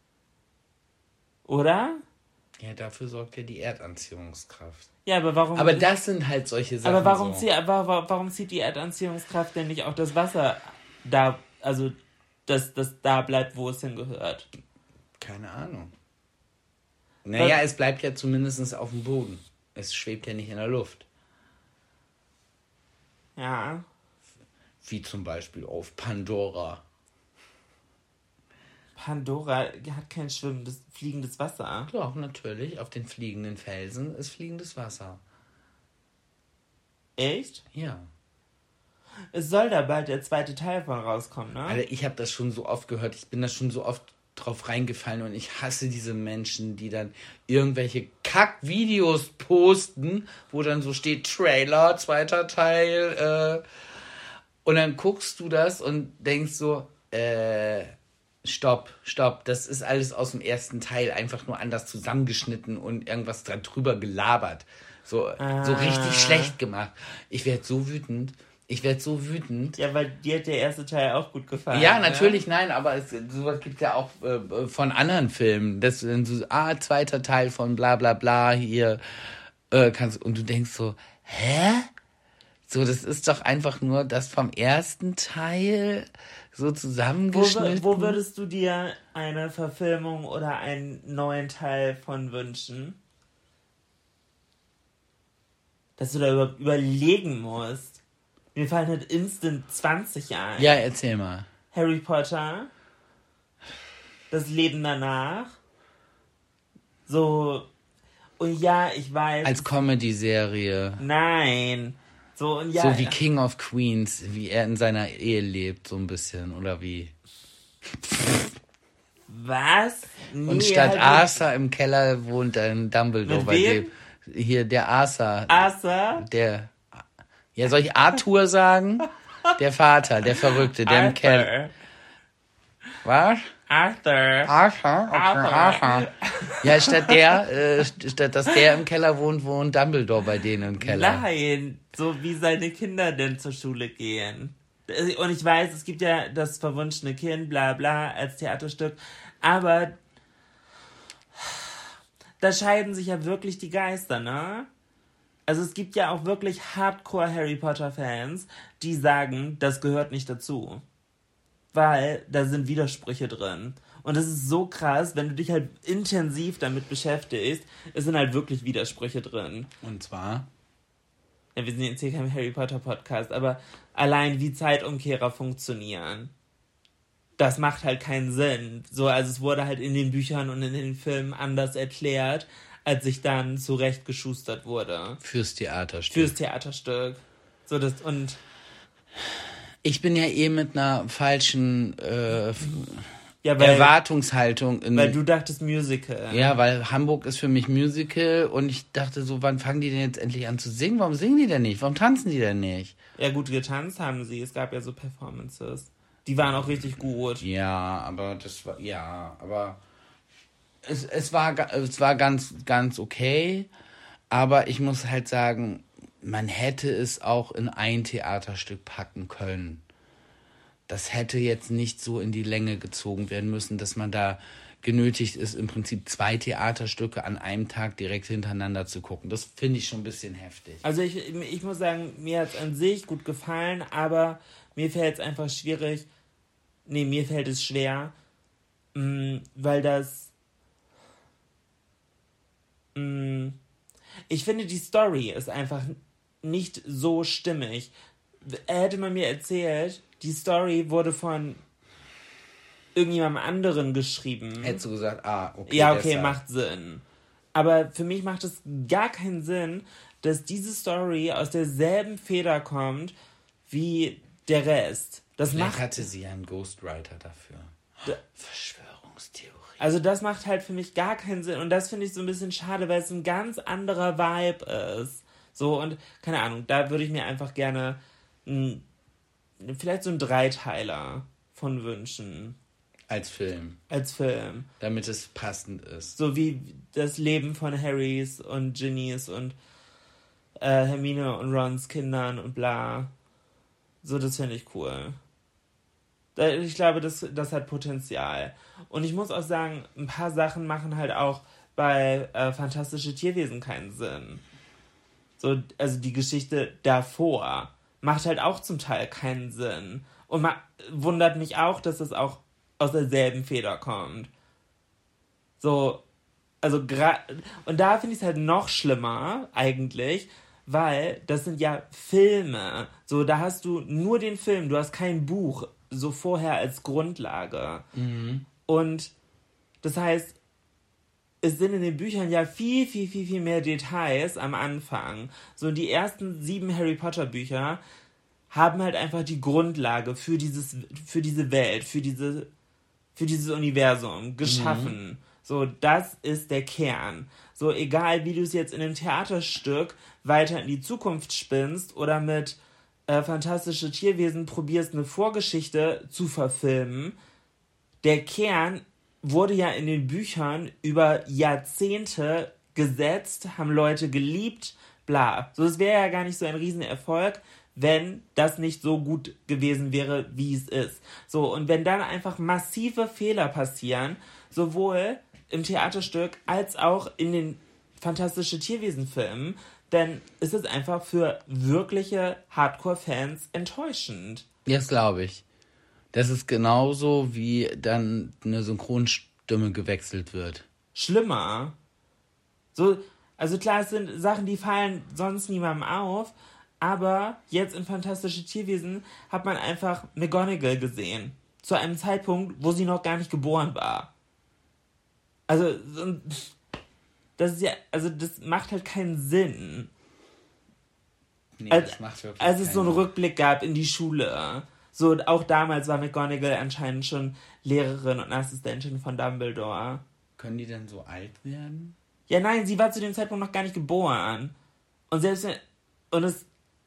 Oder? Ja, dafür sorgt ja die Erdanziehungskraft. Ja, aber warum... Aber das sind halt solche Sachen. Aber warum, so. zieht, aber warum zieht die Erdanziehungskraft denn nicht auch das Wasser da, also, dass das da bleibt, wo es hingehört? Keine Ahnung. Naja, Was? Es bleibt ja zumindest auf dem Boden. Es schwebt ja nicht in der Luft. Ja. Wie zum Beispiel auf Pandora. Pandora hat kein schwimmendes, fliegendes Wasser. Doch, natürlich. Auf den fliegenden Felsen ist fliegendes Wasser. Echt? Ja. Es soll da bald der zweite Teil von rauskommen, ne? Alter, ich habe das schon so oft gehört. Ich bin da schon so oft drauf reingefallen und ich hasse diese Menschen, die dann irgendwelche Kack-Videos posten, wo dann so steht, Trailer, zweiter Teil, äh, und dann guckst du das und denkst so, äh, stopp, stopp, das ist alles aus dem ersten Teil, einfach nur anders zusammengeschnitten und irgendwas dran drüber gelabert. So, ah. so richtig schlecht gemacht. Ich werde so wütend. Ich werde so wütend. Ja, weil dir hat der erste Teil auch gut gefallen. Ja, natürlich, ja? Nein, aber es, sowas gibt es ja auch äh, von anderen Filmen. Das so, ah, zweiter Teil von bla bla bla hier. Äh, kannst, und du denkst so, hä? So, das ist doch einfach nur das vom ersten Teil so zusammengeschnitten. Wo, wo würdest du dir eine Verfilmung oder einen neuen Teil von wünschen? Dass du da über, überlegen musst. Mir fallen halt instant zwanzig ein. Ja, erzähl mal. Harry Potter. Das Leben danach. So. Und ja, ich weiß. Als Comedy-Serie. Nein. So, und ja. So wie King of Queens, wie er in seiner Ehe lebt, so ein bisschen, oder wie? Was? Nee, und statt halt Arthur im Keller wohnt ein Dumbledore bei dem. Hier, der Arthur. Arthur? Der. Ja, soll ich Arthur sagen? Der Vater, der Verrückte, der Arthur. im Keller. Was? Arthur. Arthur? Okay, Arthur. Arthur. Ja, statt der, äh, statt dass der im Keller wohnt, wohnt Dumbledore bei denen im Keller. Nein, so wie seine Kinder denn zur Schule gehen. Und ich weiß, es gibt ja das verwunschene Kind, bla bla, als Theaterstück, aber da scheiden sich ja wirklich die Geister, ne? Also es gibt ja auch wirklich Hardcore-Harry Potter-Fans, die sagen, das gehört nicht dazu. Weil da sind Widersprüche drin. Und das ist so krass, wenn du dich halt intensiv damit beschäftigst, es sind halt wirklich Widersprüche drin. Und zwar? Ja, wir sind jetzt hier kein Harry Potter Podcast, aber allein wie Zeitumkehrer funktionieren, das macht halt keinen Sinn. So, also es wurde halt in den Büchern und in den Filmen anders erklärt, als sich dann zurechtgeschustert wurde. Fürs Theaterstück. Fürs Theaterstück. So, das, und ich bin ja eh mit einer falschen äh, ja, weil, Erwartungshaltung. In, weil du dachtest Musical. Ja, weil Hamburg ist für mich Musical und ich dachte so, wann fangen die denn jetzt endlich an zu singen? Warum singen die denn nicht? Warum tanzen die denn nicht? Ja gut, getanzt haben sie. Es gab ja so Performances. Die waren auch richtig gut. Ja, aber das war, ja, aber es, es war, es war ganz, ganz okay. Aber ich muss halt sagen, man hätte es auch in ein Theaterstück packen können. Das hätte jetzt nicht so in die Länge gezogen werden müssen, dass man da genötigt ist, im Prinzip zwei Theaterstücke an einem Tag direkt hintereinander zu gucken. Das finde ich schon ein bisschen heftig. Also ich, ich muss sagen, mir hat es an sich gut gefallen, aber mir fällt es einfach schwierig, nee, mir fällt es schwer, mh, weil das, mh, ich finde, die Story ist einfach nicht so stimmig. Hätte man mir erzählt, die Story wurde von irgendjemandem anderen geschrieben. Hättest du gesagt, ah, okay. Ja, okay, deshalb. macht Sinn. Aber für mich macht es gar keinen Sinn, dass diese Story aus derselben Feder kommt wie der Rest. Das Vielleicht macht, hatte sie einen Ghostwriter dafür. Da, Verschwörungstheorie. Also das macht halt für mich gar keinen Sinn. Und das finde ich so ein bisschen schade, weil es ein ganz anderer Vibe ist. So, und keine Ahnung, da würde ich mir einfach gerne mh, vielleicht so einen Dreiteiler von wünschen. Als Film. Als Film. Damit es passend ist. So wie das Leben von Harrys und Ginnys und äh, Hermine und Rons Kindern und bla. So, das finde ich cool. Da, ich glaube, das, das hat Potenzial. Und ich muss auch sagen, ein paar Sachen machen halt auch bei äh, Fantastische Tierwesen keinen Sinn. So, also die Geschichte davor macht halt auch zum Teil keinen Sinn. Und man wundert mich auch, dass es auch aus derselben Feder kommt. So, also gerade, und da finde ich es halt noch schlimmer, eigentlich, weil das sind ja Filme. So, da hast du nur den Film, du hast kein Buch so vorher als Grundlage. Mhm. Und das heißt, es sind in den Büchern ja viel, viel, viel, viel mehr Details am Anfang. So, die ersten sieben Harry Potter Bücher haben halt einfach die Grundlage für dieses, für diese Welt, für diese, für dieses Universum geschaffen. Mhm. So, das ist der Kern. So, egal wie du es jetzt in einem Theaterstück weiter in die Zukunft spinnst oder mit äh, Fantastische Tierwesen probierst, eine Vorgeschichte zu verfilmen, der Kern wurde ja in den Büchern über Jahrzehnte gesetzt, haben Leute geliebt, bla. So, es wäre ja gar nicht so ein Riesenerfolg, wenn das nicht so gut gewesen wäre, wie es ist. So, und wenn dann einfach massive Fehler passieren, sowohl im Theaterstück als auch in den Fantastische Tierwesen-Filmen, dann ist es einfach für wirkliche Hardcore-Fans enttäuschend. Ja, das glaube ich. Das ist genauso, wie dann eine Synchronstimme gewechselt wird. Schlimmer. So, also klar, es sind Sachen, die fallen sonst niemandem auf, aber jetzt in Fantastische Tierwesen hat man einfach McGonagall gesehen. Zu einem Zeitpunkt, wo sie noch gar nicht geboren war. Also, das ist ja, also das macht halt keinen Sinn. Nee, als, das macht wirklich als es so einen Sinn. Rückblick gab in die Schule. So, auch damals war McGonagall anscheinend schon Lehrerin und Assistentin von Dumbledore. Können die denn so alt werden? Ja, nein, sie war zu dem Zeitpunkt noch gar nicht geboren. Und selbst wenn, und es,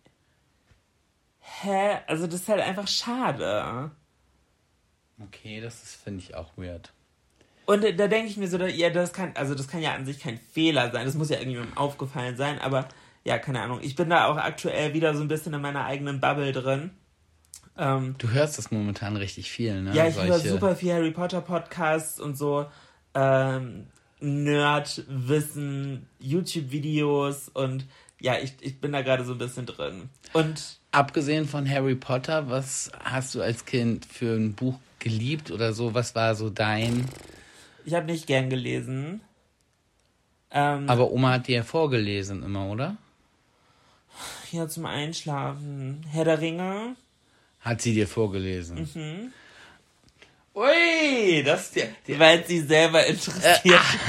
hä? Also das ist halt einfach schade. Okay, das ist, finde ich, auch weird. Und da denke ich mir so, ja, das kann, also das kann ja an sich kein Fehler sein. Das muss ja irgendjemandem aufgefallen sein, aber ja, keine Ahnung. Ich bin da auch aktuell wieder so ein bisschen in meiner eigenen Bubble drin. Ähm, du hörst das momentan richtig viel, ne? Ja, ich Solche... höre super viel Harry Potter Podcasts und so ähm, Nerd-Wissen, YouTube-Videos und ja, ich, ich bin da gerade so ein bisschen drin. Und abgesehen von Harry Potter, was hast du als Kind für ein Buch geliebt oder so? Was war so dein... Ich habe nicht gern gelesen. Ähm, Aber Oma hat dir vorgelesen immer, oder? Ja, zum Einschlafen. Herr der Ringe. Hat sie dir vorgelesen? Mhm. Ui, das ist der... der Weil sie selber interessiert.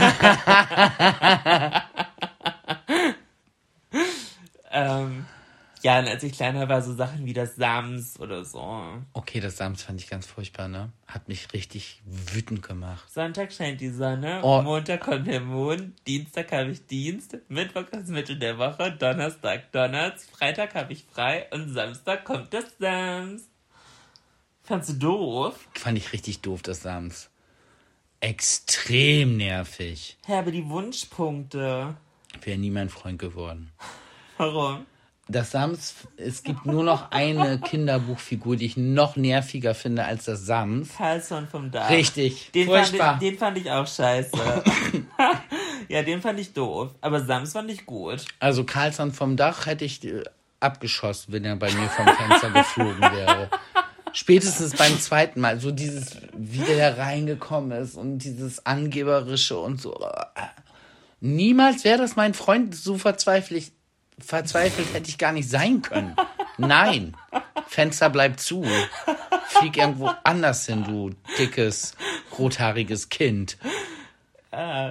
Äh. ähm, ja, und als ich kleiner war, so Sachen wie das Sams oder so. Okay, das Sams fand ich ganz furchtbar, ne? Hat mich richtig wütend gemacht. Sonntag scheint die Sonne, oh. Montag kommt der Mond, Dienstag habe ich Dienst, Mittwoch ist Mitte der Woche, Donnerstag Donners, Freitag habe ich frei und Samstag kommt das Sams. Fandst du doof? Fand ich richtig doof, das Sams. Extrem nervig. Ja, aber die Wunschpunkte. Wäre nie mein Freund geworden. Warum? Das Sams, es gibt nur noch eine Kinderbuchfigur, die ich noch nerviger finde als das Sams. Carlson vom Dach. Richtig, den furchtbar. Fand ich, den fand ich auch scheiße. Ja, den fand ich doof. Aber Sams fand ich gut. Also Carlson vom Dach hätte ich äh, abgeschossen, wenn er bei mir vom Fenster geflogen wäre. Spätestens beim zweiten Mal, so dieses, wie der da reingekommen ist und dieses Angeberische und so. Niemals wäre das mein Freund, so verzweifelt, verzweifelt hätte ich gar nicht sein können. Nein, Fenster bleibt zu. Flieg irgendwo anders hin, du dickes, rothaariges Kind. Ah.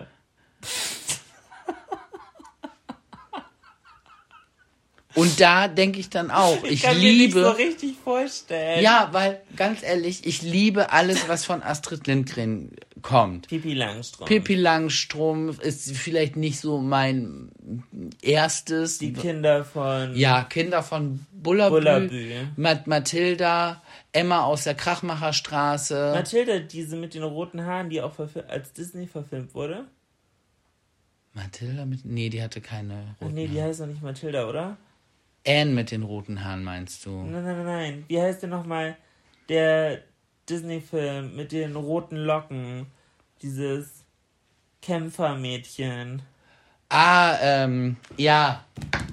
Und da denke ich dann auch, ich, ich kann liebe... mir nicht so richtig vorstellen. Ja, weil, ganz ehrlich, ich liebe alles, was von Astrid Lindgren kommt. Pippi Langstrumpf. Pippi Langstrumpf ist vielleicht nicht so mein erstes... Die Kinder von... Ja, Kinder von Bullabü, Bullabü. Mat- Mathilda, Emma aus der Krachmacherstraße. Mathilda, diese mit den roten Haaren, die auch verfil- als Disney verfilmt wurde. Mathilda mit... Nee, die hatte keine roten Nee, die Haare. heißt doch nicht Mathilda, oder? Anne mit den roten Haaren, meinst du? Nein, nein, nein, nein. Wie heißt denn nochmal der Disney-Film mit den roten Locken? Dieses Kämpfermädchen. Ah, ähm, ja.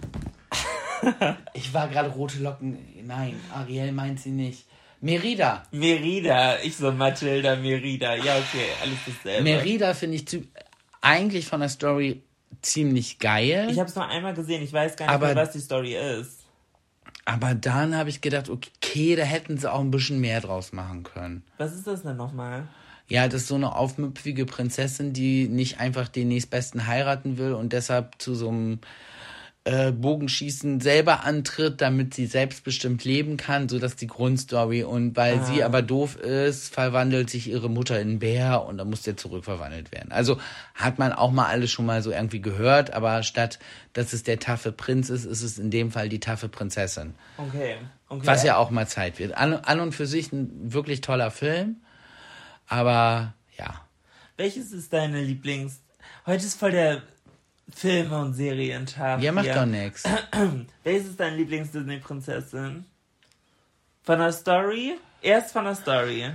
Ich war gerade rote Locken. Nein, Ariel meint sie nicht. Merida. Merida. Ich so Mathilda, Merida. Ja, okay, alles dasselbe. Merida finde ich zu, eigentlich von der Story ziemlich geil. Ich habe es nur einmal gesehen. Ich weiß gar nicht aber, mehr, was die Story ist. Aber dann habe ich gedacht, okay, da hätten sie auch ein bisschen mehr draus machen können. Was ist das denn nochmal? Ja, das ist so eine aufmüpfige Prinzessin, die nicht einfach den nächstbesten heiraten will und deshalb zu so einem äh, Bogenschießen selber antritt, damit sie selbstbestimmt leben kann, so dass die Grundstory. Und weil ah. sie aber doof ist, verwandelt sich ihre Mutter in einen Bär und dann muss der zurückverwandelt werden. Also hat man auch mal alles schon mal so irgendwie gehört, aber statt dass es der taffe Prinz ist, ist es in dem Fall die taffe Prinzessin. Okay. okay. Was ja auch mal Zeit wird. An, an und für sich ein wirklich toller Film, aber ja. Welches ist deine Lieblings... Heute ist voll der Filme- und Serientag. Ja, macht hier. doch nichts. Welches ist deine Lieblings-Disney-Prinzessin? Von der Story? Erst von der Story.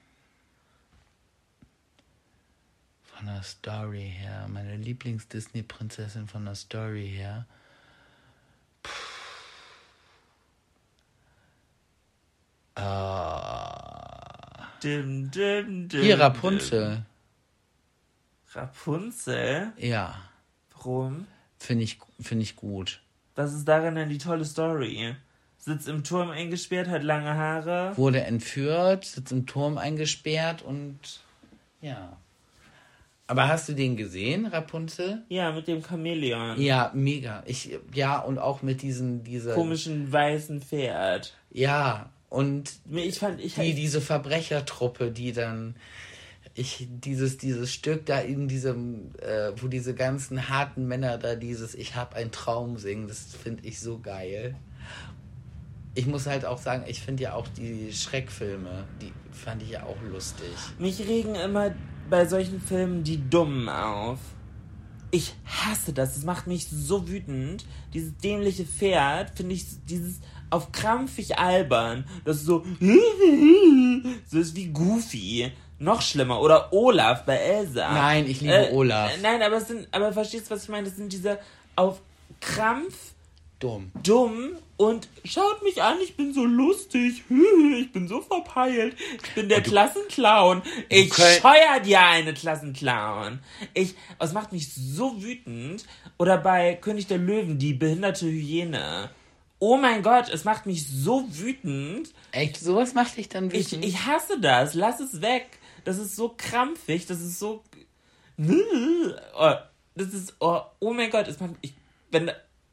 Von der Story her. Meine Lieblings-Disney-Prinzessin von der Story her. Puh. Uh. Dim, dim, dim, Hier, Rapunzel. Rapunzel? Ja. Warum? Finde ich, find ich gut. Was ist darin denn die tolle Story? Sitzt im Turm eingesperrt, hat lange Haare. Wurde entführt, sitzt im Turm eingesperrt und ja. Aber hast du den gesehen, Rapunzel? Ja, mit dem Chamäleon. Ja, mega. Ich, ja, und auch mit diesen, diese... komischen weißen Pferd. Ja, und ich fand, ich die, diese Verbrechertruppe, die dann... Ich, dieses, dieses Stück da in diesem, äh, wo diese ganzen harten Männer da dieses Ich hab einen Traum singen, das finde ich so geil. Ich muss halt auch sagen, ich finde ja auch die Schreckfilme, die fand ich ja auch lustig. Mich regen immer bei solchen Filmen die Dummen auf. Ich hasse das, es macht mich so wütend. Dieses dämliche Pferd, finde ich, dieses auf krampfig albern, das ist so, so ist wie Goofy. Noch schlimmer. Oder Olaf bei Elsa. Nein, ich liebe äh, Olaf. Nein, aber es sind, aber verstehst du, was ich meine? Das sind diese auf Krampf dumm. Dumm und schaut mich an, ich bin so lustig, ich bin so verpeilt, ich bin der Klassenclown. Ich könnt- scheuer dir eine Klassenclown. Ich, es macht mich so wütend. Oder bei König der Löwen, die behinderte Hyäne. Oh mein Gott, es macht mich so wütend. Echt, sowas macht dich dann Ich, wütend? ich hasse das, lass es weg. Das ist so krampfig, das ist so... Oh, das ist... Oh, oh mein Gott, es macht... Ich, wenn...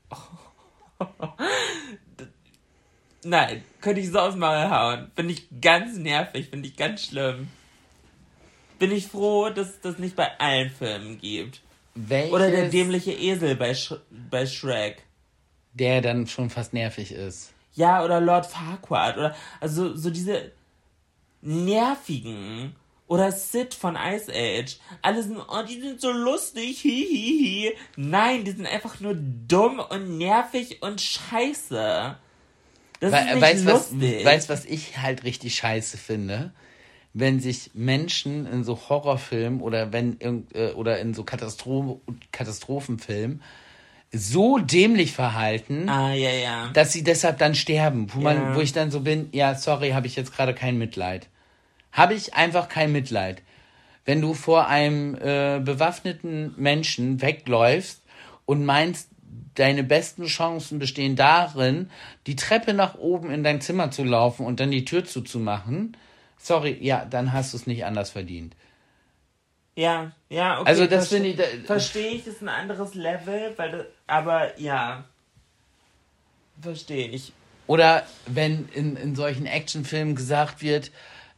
Nein, könnte ich so aufs Maul hauen. Finde ich ganz nervig, finde ich ganz schlimm. Bin ich froh, dass es das nicht bei allen Filmen gibt. Welches, Oder der dämliche Esel bei, Sh- bei Shrek. der dann schon fast nervig ist. Ja, oder Lord Farquaad. Oder, also so diese nervigen. Oder Sid von Ice Age. Alle sind, oh, die sind so lustig. Hihihi. Nein, die sind einfach nur dumm und nervig und scheiße. Das We- ist nicht weißt was, lustig. weißt, was ich halt richtig scheiße finde? Wenn sich Menschen in so Horrorfilmen oder wenn irgend, äh, oder in so Katastro- Katastrophenfilmen so dämlich verhalten, Ah, ja, ja. dass sie deshalb dann sterben. Wo, man, Ja. wo ich dann so bin, ja, sorry, habe ich jetzt gerade kein Mitleid. Habe ich einfach kein Mitleid. Wenn du vor einem äh, bewaffneten Menschen wegläufst und meinst, deine besten Chancen bestehen darin, die Treppe nach oben in dein Zimmer zu laufen und dann die Tür zuzumachen, sorry, ja, dann hast du es nicht anders verdient. Ja, ja, okay. Also das verste- finde ich... Da, Verstehe ich, das ist ein anderes Level, weil das, aber ja. Verstehe ich. Oder wenn in, in solchen Actionfilmen gesagt wird,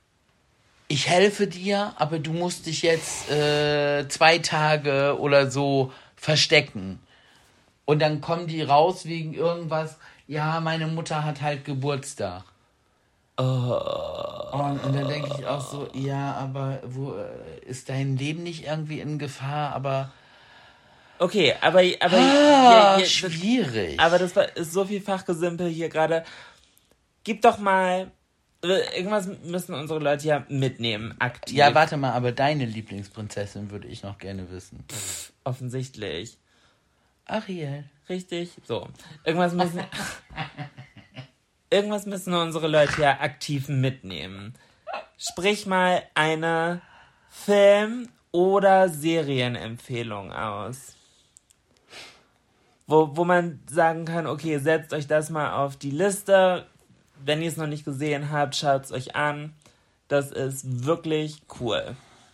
ich helfe dir, aber du musst dich jetzt äh, zwei Tage oder so verstecken. Und dann kommen die raus wegen irgendwas, ja, meine Mutter hat halt Geburtstag. Oh. Und, und dann denke ich auch so, ja, aber wo äh, ist dein Leben nicht irgendwie in Gefahr? Aber, Okay, aber, aber, ah, ja, ja, das, schwierig. aber das war, ist so viel Fachgesimpel hier gerade. Gib doch mal, äh, irgendwas müssen unsere Leute ja mitnehmen, aktiv. ja, warte mal, aber deine Lieblingsprinzessin würde ich noch gerne wissen. Offensichtlich. Ariel. Richtig? So. Irgendwas müssen, irgendwas müssen unsere Leute ja aktiv mitnehmen. Sprich mal eine Film- oder Serienempfehlung aus. Wo, wo man sagen kann, okay, setzt euch das mal auf die Liste. Wenn ihr es noch nicht gesehen habt, schaut es euch an. Das ist wirklich cool.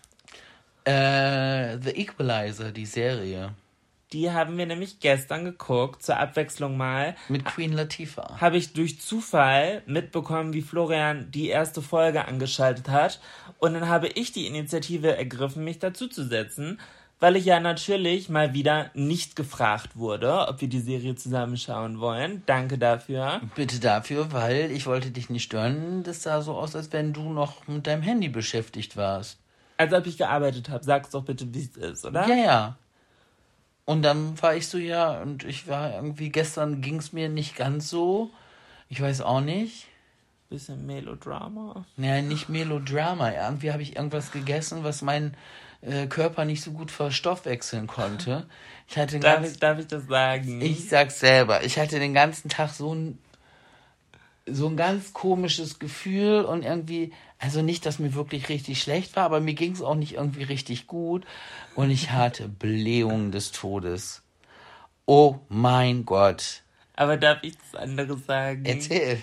Äh, The Equalizer, die Serie. Die haben wir nämlich gestern geguckt, zur Abwechslung mal. Mit Queen Latifah. Habe ich durch Zufall mitbekommen, wie Florian die erste Folge angeschaltet hat. Und dann habe ich die Initiative ergriffen, mich dazuzusetzen, weil ich ja natürlich mal wieder nicht gefragt wurde, ob wir die Serie zusammen schauen wollen. Danke dafür. Bitte dafür, weil ich wollte dich nicht stören. Das sah so aus, als wenn du noch mit deinem Handy beschäftigt warst. Als ob ich gearbeitet habe. Sag's doch bitte, wie es ist, oder? Ja, ja. Und dann war ich so, ja, und ich war irgendwie, gestern ging es mir nicht ganz so. Ich weiß auch nicht. Bisschen Melodrama. Naja, nicht Melodrama. Irgendwie habe ich irgendwas gegessen, was mein äh, Körper nicht so gut verstoffwechseln konnte. Ich hatte den Darf ganzen, ich, darf ich das sagen? ich sag's selber, ich hatte den ganzen Tag so ein so ein ganz komisches Gefühl und irgendwie, also nicht, dass mir wirklich richtig schlecht war, aber mir ging es auch nicht irgendwie richtig gut und ich hatte Blähungen des Todes. Oh mein Gott. Aber darf ich das andere sagen? Erzähl.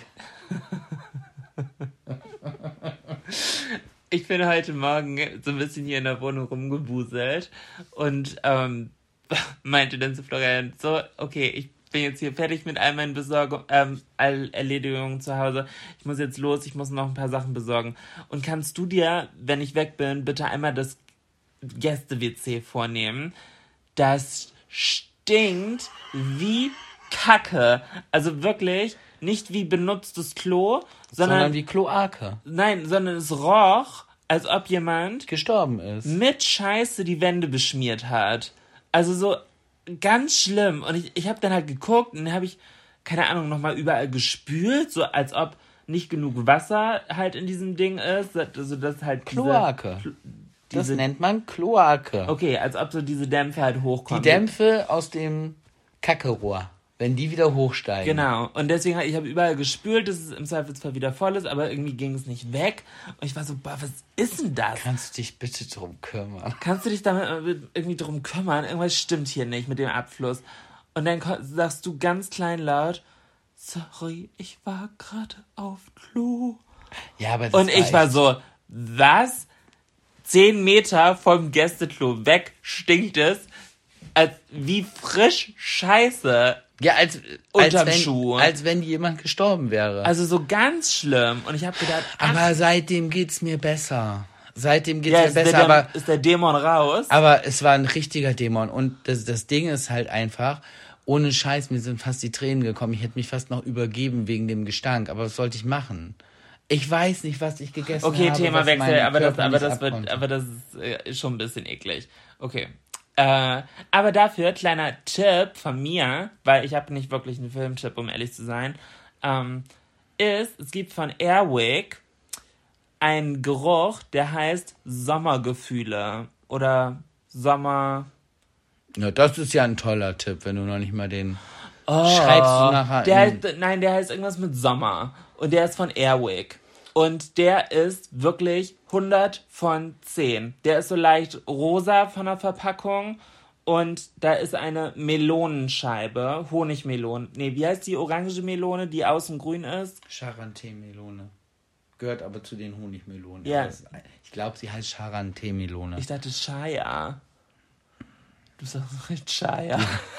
Ich bin heute Morgen so ein bisschen hier in der Wohnung rumgebuselt und ähm, meinte dann zu Florian, so, okay, ich bin jetzt hier fertig mit all meinen Besorgungen, ähm, all Erledigungen zu Hause. Ich muss jetzt los, ich muss noch ein paar Sachen besorgen. Und kannst du dir, wenn ich weg bin, bitte einmal das Gäste-W C vornehmen? Das stinkt wie Kacke. Also wirklich nicht wie benutztes Klo, sondern, Sondern wie Kloake. nein, sondern es roch, als ob jemand Gestorben ist. mit Scheiße die Wände beschmiert hat. Also so ganz schlimm. Und ich, ich habe dann halt geguckt und dann habe ich, keine Ahnung, nochmal überall gespült, so als ob nicht genug Wasser halt in diesem Ding ist. Also das halt diese, Kloake. Das diese, nennt man Kloake. okay, als ob so diese Dämpfe halt Die hochkommen. Dämpfe aus dem Kackerohr. Wenn die wieder hochsteigen. Genau. Und deswegen, ich habe überall gespült, dass es im Zweifelsfall wieder voll ist, aber irgendwie ging es nicht weg. Und ich war so, boah, was ist denn das? Kannst du dich bitte drum kümmern? Kannst du dich damit irgendwie drum kümmern? Irgendwas stimmt hier nicht mit dem Abfluss. Und dann sagst du ganz klein laut, sorry, ich war gerade auf Klo. Ja, aber das Und ich war war so, was? Zehn Meter vom Gästeklo weg stinkt es, als wie frisch Scheiße. Ja, als, als, Unterm wenn, Schuh. als wenn jemand gestorben wäre. Also so ganz schlimm. Und ich habe gedacht, ach, aber seitdem geht's mir besser. Seitdem geht's ja, mir ist, besser, der, aber, ist der Dämon raus. aber es war ein richtiger Dämon. Und das, das Ding ist halt einfach, ohne Scheiß, mir sind fast die Tränen gekommen. Ich hätte mich fast noch übergeben wegen dem Gestank. Aber was sollte ich machen? Ich weiß nicht, was ich gegessen okay, habe. Okay, Themawechsel, aber das, aber, das wird, abkonnte. aber das ist äh, schon ein bisschen eklig. Okay. Äh, aber dafür, kleiner Tipp von mir, weil ich habe nicht wirklich einen Filmtipp, um ehrlich zu sein, ähm, ist, es gibt von Airwick einen Geruch, der heißt Sommergefühle oder Sommer... Ja, das ist ja ein toller Tipp, wenn du noch nicht mal den... Oh, schreibst du nachher der in... heißt, nein, der heißt irgendwas mit Sommer. Und der ist von Airwick. Und der ist wirklich hundert von zehn. Der ist so leicht rosa von der Verpackung. Und da ist eine Melonenscheibe. Honigmelone. Nee, wie heißt die orange Melone, die außen grün ist? Charanté-Melone. Gehört aber zu den Honigmelonen. Ja. Das, ich glaube, sie heißt Charanté-Melone. Ich dachte Shaya. Du sagst nicht Shaya.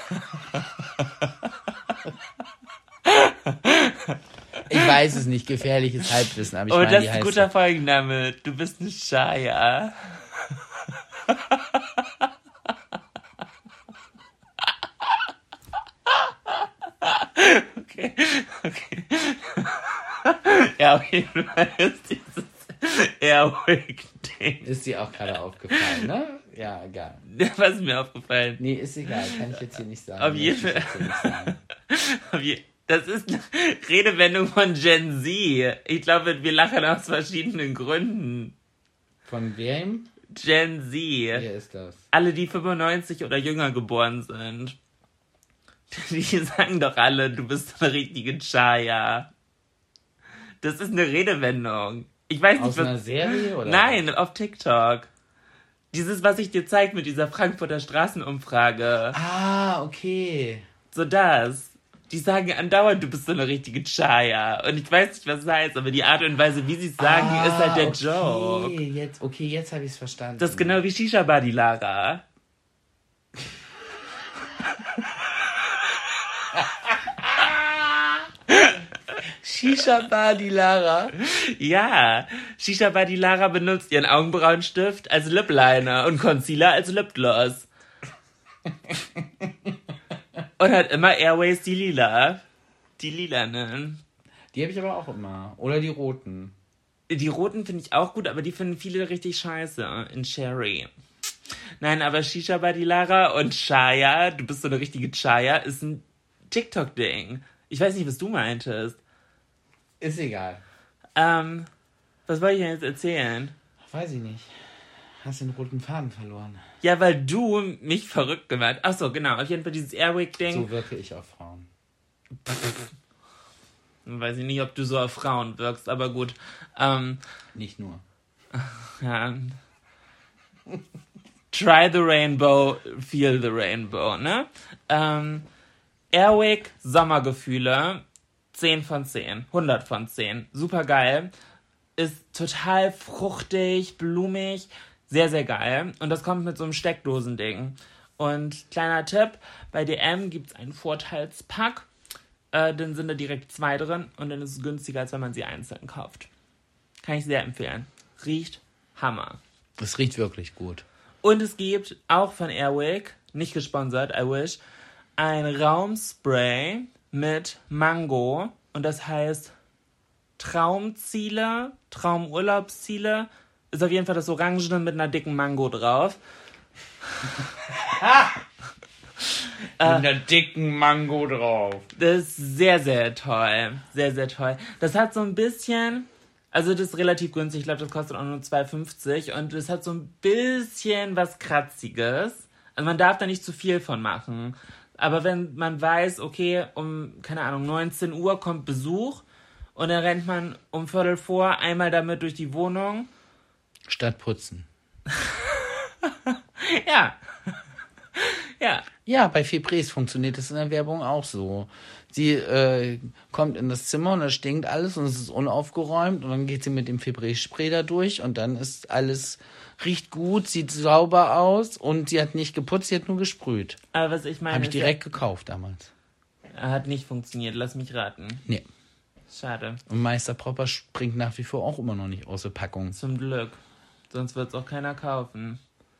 Ich weiß es nicht, gefährliches Halbwissen, aber ich Oh, meine, das die ist ein heißt... guter Folgenname. Du bist ein Shaya. Okay, okay. Ja, auf jeden Fall ist dieses Airwick-Ding. Ist dir auch gerade aufgefallen, ne? Ja, egal. Was ist mir aufgefallen? Nee, ist egal, kann ich jetzt hier nicht sagen. Auf jeden Fall. Das ist eine Redewendung von Gen Z. Ich glaube, wir lachen aus verschiedenen Gründen. Von wem? Gen Z. Wer ist das? Alle, die fünfundneunzig oder jünger geboren sind. Die sagen doch alle, du bist eine richtige Chaya. Das ist eine Redewendung. Ich weiß nicht, Aus was... einer Serie, oder? Nein, auf TikTok. Dieses, was ich dir zeige mit dieser Frankfurter Straßenumfrage. Ah, okay. So das. Die sagen andauernd, du bist so eine richtige Chaya. Und ich weiß nicht, was das heißt, aber die Art und Weise, wie sie es sagen, ah, ist halt der okay. Joke. Jetzt, okay, jetzt habe ich es verstanden. Das ist genau wie Shisha Badi Lara. Shisha Badi Lara. Ja, Shisha Badi Lara benutzt ihren Augenbrauenstift als Lip Liner und Concealer als Lipgloss. Und hat immer Airways die lila. Die lilanen. Die habe ich aber auch immer. Oder die roten. Die roten finde ich auch gut, aber die finden viele richtig scheiße. In Cherry. Nein, aber Shisha Badi Lara und Chaya, du bist so eine richtige Chaya, ist ein TikTok-Ding. Ich weiß nicht, was du meintest. Ist egal. Ähm, was wollte ich denn jetzt erzählen? Weiß ich nicht. Hast den roten Faden verloren. Ja, weil du mich verrückt gemacht hast. Achso, genau. Auf jeden Fall dieses Airwick-Ding. So wirke ich auf Frauen. Weiß ich nicht, ob du so auf Frauen wirkst, aber gut. Ähm, Nicht nur. ja. Try the rainbow, feel the rainbow, ne? Ähm, Airwick, Sommergefühle, zehn von zehn, hundert von zehn. Super geil. Ist total fruchtig, blumig, sehr, sehr geil. Und das kommt mit so einem Steckdosending. Und kleiner Tipp, bei D M gibt es einen Vorteilspack. Äh, dann sind da direkt zwei drin und dann ist es günstiger, als wenn man sie einzeln kauft. Kann ich sehr empfehlen. Riecht Hammer. Es riecht wirklich gut. Und es gibt auch von Airwick, nicht gesponsert, I wish, ein Raumspray mit Mango. Und das heißt Traumziele, Traumurlaubsziele. Ist auf jeden Fall das Orangene mit einer dicken Mango drauf. Mit einer dicken Mango drauf. Das ist sehr, sehr toll. Sehr, sehr toll. Das hat so ein bisschen... Also das ist relativ günstig. Ich glaube, das kostet auch nur zwei fünfzig. Und das hat so ein bisschen was Kratziges. Also man darf da nicht zu viel von machen. Aber wenn man weiß, okay, um, keine Ahnung, neunzehn Uhr kommt Besuch und dann rennt man um Viertel vor einmal damit durch die Wohnung. Statt putzen. Ja. Ja. Ja, bei Febreze funktioniert das in der Werbung auch so. Sie äh, kommt in das Zimmer und da stinkt alles und es ist unaufgeräumt und dann geht sie mit dem Febreze-Spray da durch und dann ist alles, riecht gut, sieht sauber aus und sie hat nicht geputzt, sie hat nur gesprüht. Aber was ich meine... Habe ich direkt ja, gekauft damals. Hat nicht funktioniert, lass mich raten. Nee. Schade. Und Meister Propper springt nach wie vor auch immer noch nicht aus der Packung. Zum Glück. Sonst wird es auch keiner kaufen.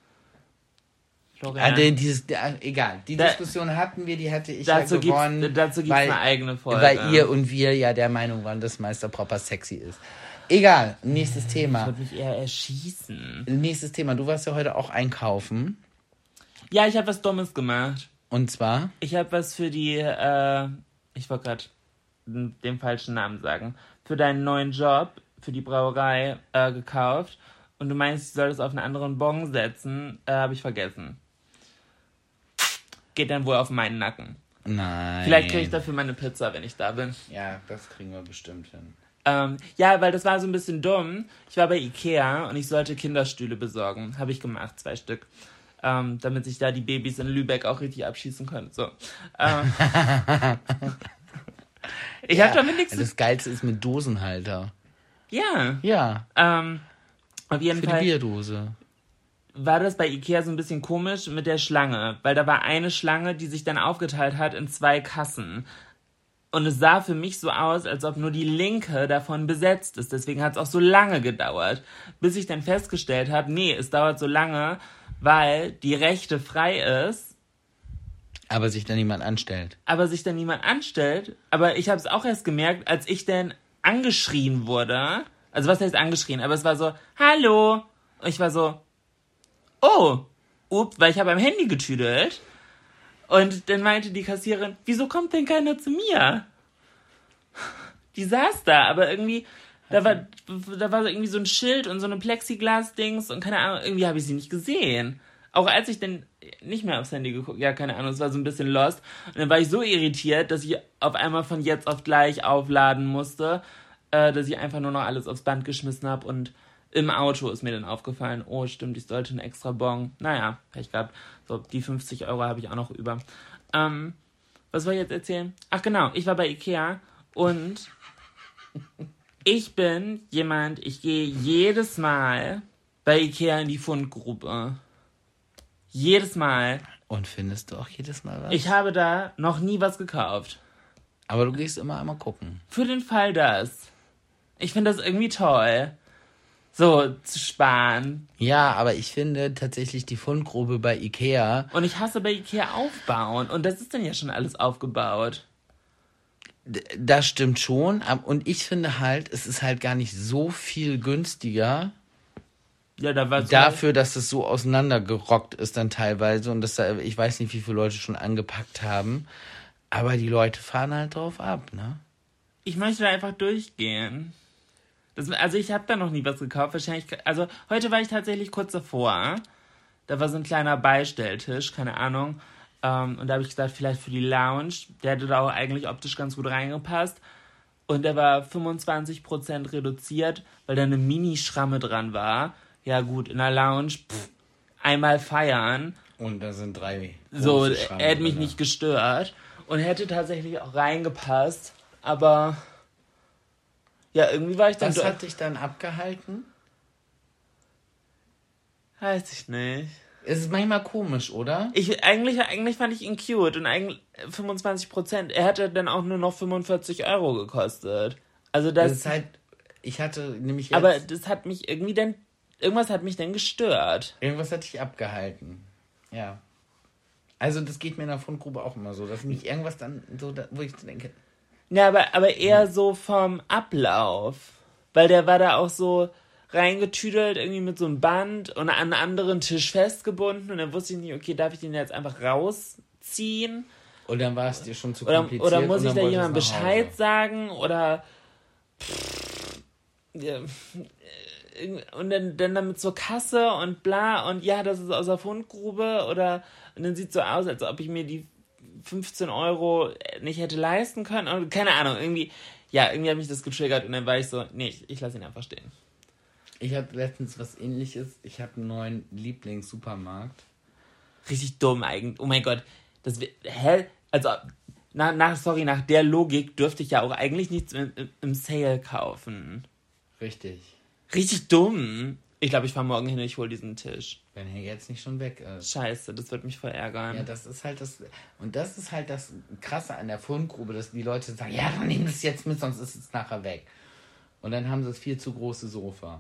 Ah, die, dieses, die, egal, die da, Diskussion hatten wir, die hatte ich dazu ja gewonnen. Gibt's, dazu gibt es eine eigene Folge. Weil ihr und wir ja der Meinung waren, dass Meister Propper sexy ist. Egal, nächstes Thema. Ich würde mich eher erschießen. Nächstes Thema, du warst ja heute auch einkaufen. Ja, ich habe was Dummes gemacht. Und zwar? Ich habe was für die, äh, ich wollte gerade den falschen Namen sagen, für deinen neuen Job, für die Brauerei äh, gekauft. Und du meinst, ich soll das auf einen anderen Bon setzen, äh, habe ich vergessen. Geht dann wohl auf meinen Nacken. Nein. Vielleicht kriege ich dafür meine Pizza, wenn ich da bin. Ja, das kriegen wir bestimmt hin. Ähm, ja, weil das war so ein bisschen dumm. Ich war bei Ikea und ich sollte Kinderstühle besorgen. Habe ich gemacht, zwei Stück. Ähm, damit sich da die Babys in Lübeck auch richtig abschießen können. So. Ähm, ich ja, habe damit nichts... Das Geilste ist mit Dosenhalter. Ja. Ja. Ähm, auf jeden Für Fall... die Bierdose. War das bei Ikea so ein bisschen komisch mit der Schlange, weil da war eine Schlange, die sich dann aufgeteilt hat in zwei Kassen. Und es sah für mich so aus, als ob nur die linke davon besetzt ist. Deswegen hat es auch so lange gedauert, bis ich dann festgestellt habe, nee, es dauert so lange, weil die rechte frei ist. Aber sich dann niemand anstellt. Aber sich dann niemand anstellt. Aber ich habe es auch erst gemerkt, als ich dann angeschrien wurde. Also was heißt angeschrien? Aber es war so, hallo. Und ich war so... Oh, ups, weil ich habe am Handy getüdelt. Und dann meinte die Kassiererin, wieso kommt denn keiner zu mir? Die saß da, aber irgendwie, da war, da war irgendwie so ein Schild und so eine Plexiglas-Dings und keine Ahnung, irgendwie habe ich sie nicht gesehen. Auch als ich dann nicht mehr aufs Handy geguckt, ja, keine Ahnung, es war so ein bisschen lost. Und dann war ich so irritiert, dass ich auf einmal von jetzt auf gleich aufladen musste, äh, dass ich einfach nur noch alles aufs Band geschmissen habe und im Auto ist mir dann aufgefallen, oh stimmt, ich sollte einen extra Bon. Naja, Pech gehabt. So, die fünfzig Euro habe ich auch noch über. Ähm, was soll ich jetzt erzählen? Ach genau, ich war bei Ikea und ich bin jemand, ich gehe jedes Mal bei Ikea in die Fundgrube. Jedes Mal. Und findest du auch jedes Mal was? Ich habe da noch nie was gekauft. Aber du gehst immer einmal gucken. Für den Fall das. Ich finde das irgendwie toll. So, zu sparen. Ja, aber ich finde tatsächlich die Fundgrube bei Ikea... Und ich hasse bei Ikea aufbauen. Und das ist dann ja schon alles aufgebaut. Das stimmt schon. Und ich finde halt, es ist halt gar nicht so viel günstiger... Ja, da war dafür, dass es so auseinandergerockt ist dann teilweise. Und dass da, ich weiß nicht, wie viele Leute schon angepackt haben. Aber die Leute fahren halt drauf ab, ne? Ich möchte da einfach durchgehen. Das, also ich habe da noch nie was gekauft, wahrscheinlich, also heute war ich tatsächlich kurz davor, da war so ein kleiner Beistelltisch, keine Ahnung, ähm, und da habe ich gesagt, vielleicht für die Lounge, der hätte da auch eigentlich optisch ganz gut reingepasst und der war fünfundzwanzig Prozent reduziert, weil da eine Mini-Schramme dran war. Ja gut, in der Lounge, pff, einmal feiern. Und da sind drei. So, er hätte mich nicht gestört und hätte tatsächlich auch reingepasst, aber... Ja, irgendwie war ich dann... Was hat dich dann abgehalten? Weiß ich nicht. Es ist manchmal komisch, oder? Ich, eigentlich, eigentlich fand ich ihn cute und eigentlich fünfundzwanzig Prozent. Er hätte dann auch nur noch fünfundvierzig Euro gekostet. Also das... Das ist halt... Ich hatte nämlich jetzt... Aber das hat mich irgendwie dann... Irgendwas hat mich dann gestört. Irgendwas hat dich abgehalten. Ja. Also das geht mir in der Fundgrube auch immer so, dass mich irgendwas dann so... Wo ich denke... Ja, aber, aber eher so vom Ablauf. Weil der war da auch so reingetüdelt, irgendwie mit so einem Band und an einen anderen Tisch festgebunden. Und dann wusste ich nicht, okay, darf ich den jetzt einfach rausziehen? Und dann war es dir schon zu oder, kompliziert. Oder muss ich da jemandem jemandem Bescheid sagen? Oder... Ja, und dann, dann damit zur Kasse und bla. Und ja, das ist aus der Fundgrube. Oder... Und dann sieht es so aus, als ob ich mir die fünfzehn Euro nicht hätte leisten können. Und keine Ahnung, irgendwie, ja, irgendwie hat mich das getriggert und dann war ich so, nee, ich, ich lasse ihn einfach stehen. Ich habe letztens was Ähnliches. Ich habe einen neuen Lieblingssupermarkt. Richtig dumm eigentlich. Oh mein Gott. Das, hä? Also, nach, nach, sorry, nach der Logik dürfte ich ja auch eigentlich nichts im, im Sale kaufen. Richtig. Richtig dumm. Ich glaube, ich fahre morgen hin und ich hole diesen Tisch. Wenn er jetzt nicht schon weg ist. Scheiße, das wird mich voll ärgern. Ja, das ist halt das... Und das ist halt das Krasse an der Fundgrube, dass die Leute sagen, ja, dann nehmen das jetzt mit, sonst ist es nachher weg. Und dann haben sie das viel zu große Sofa.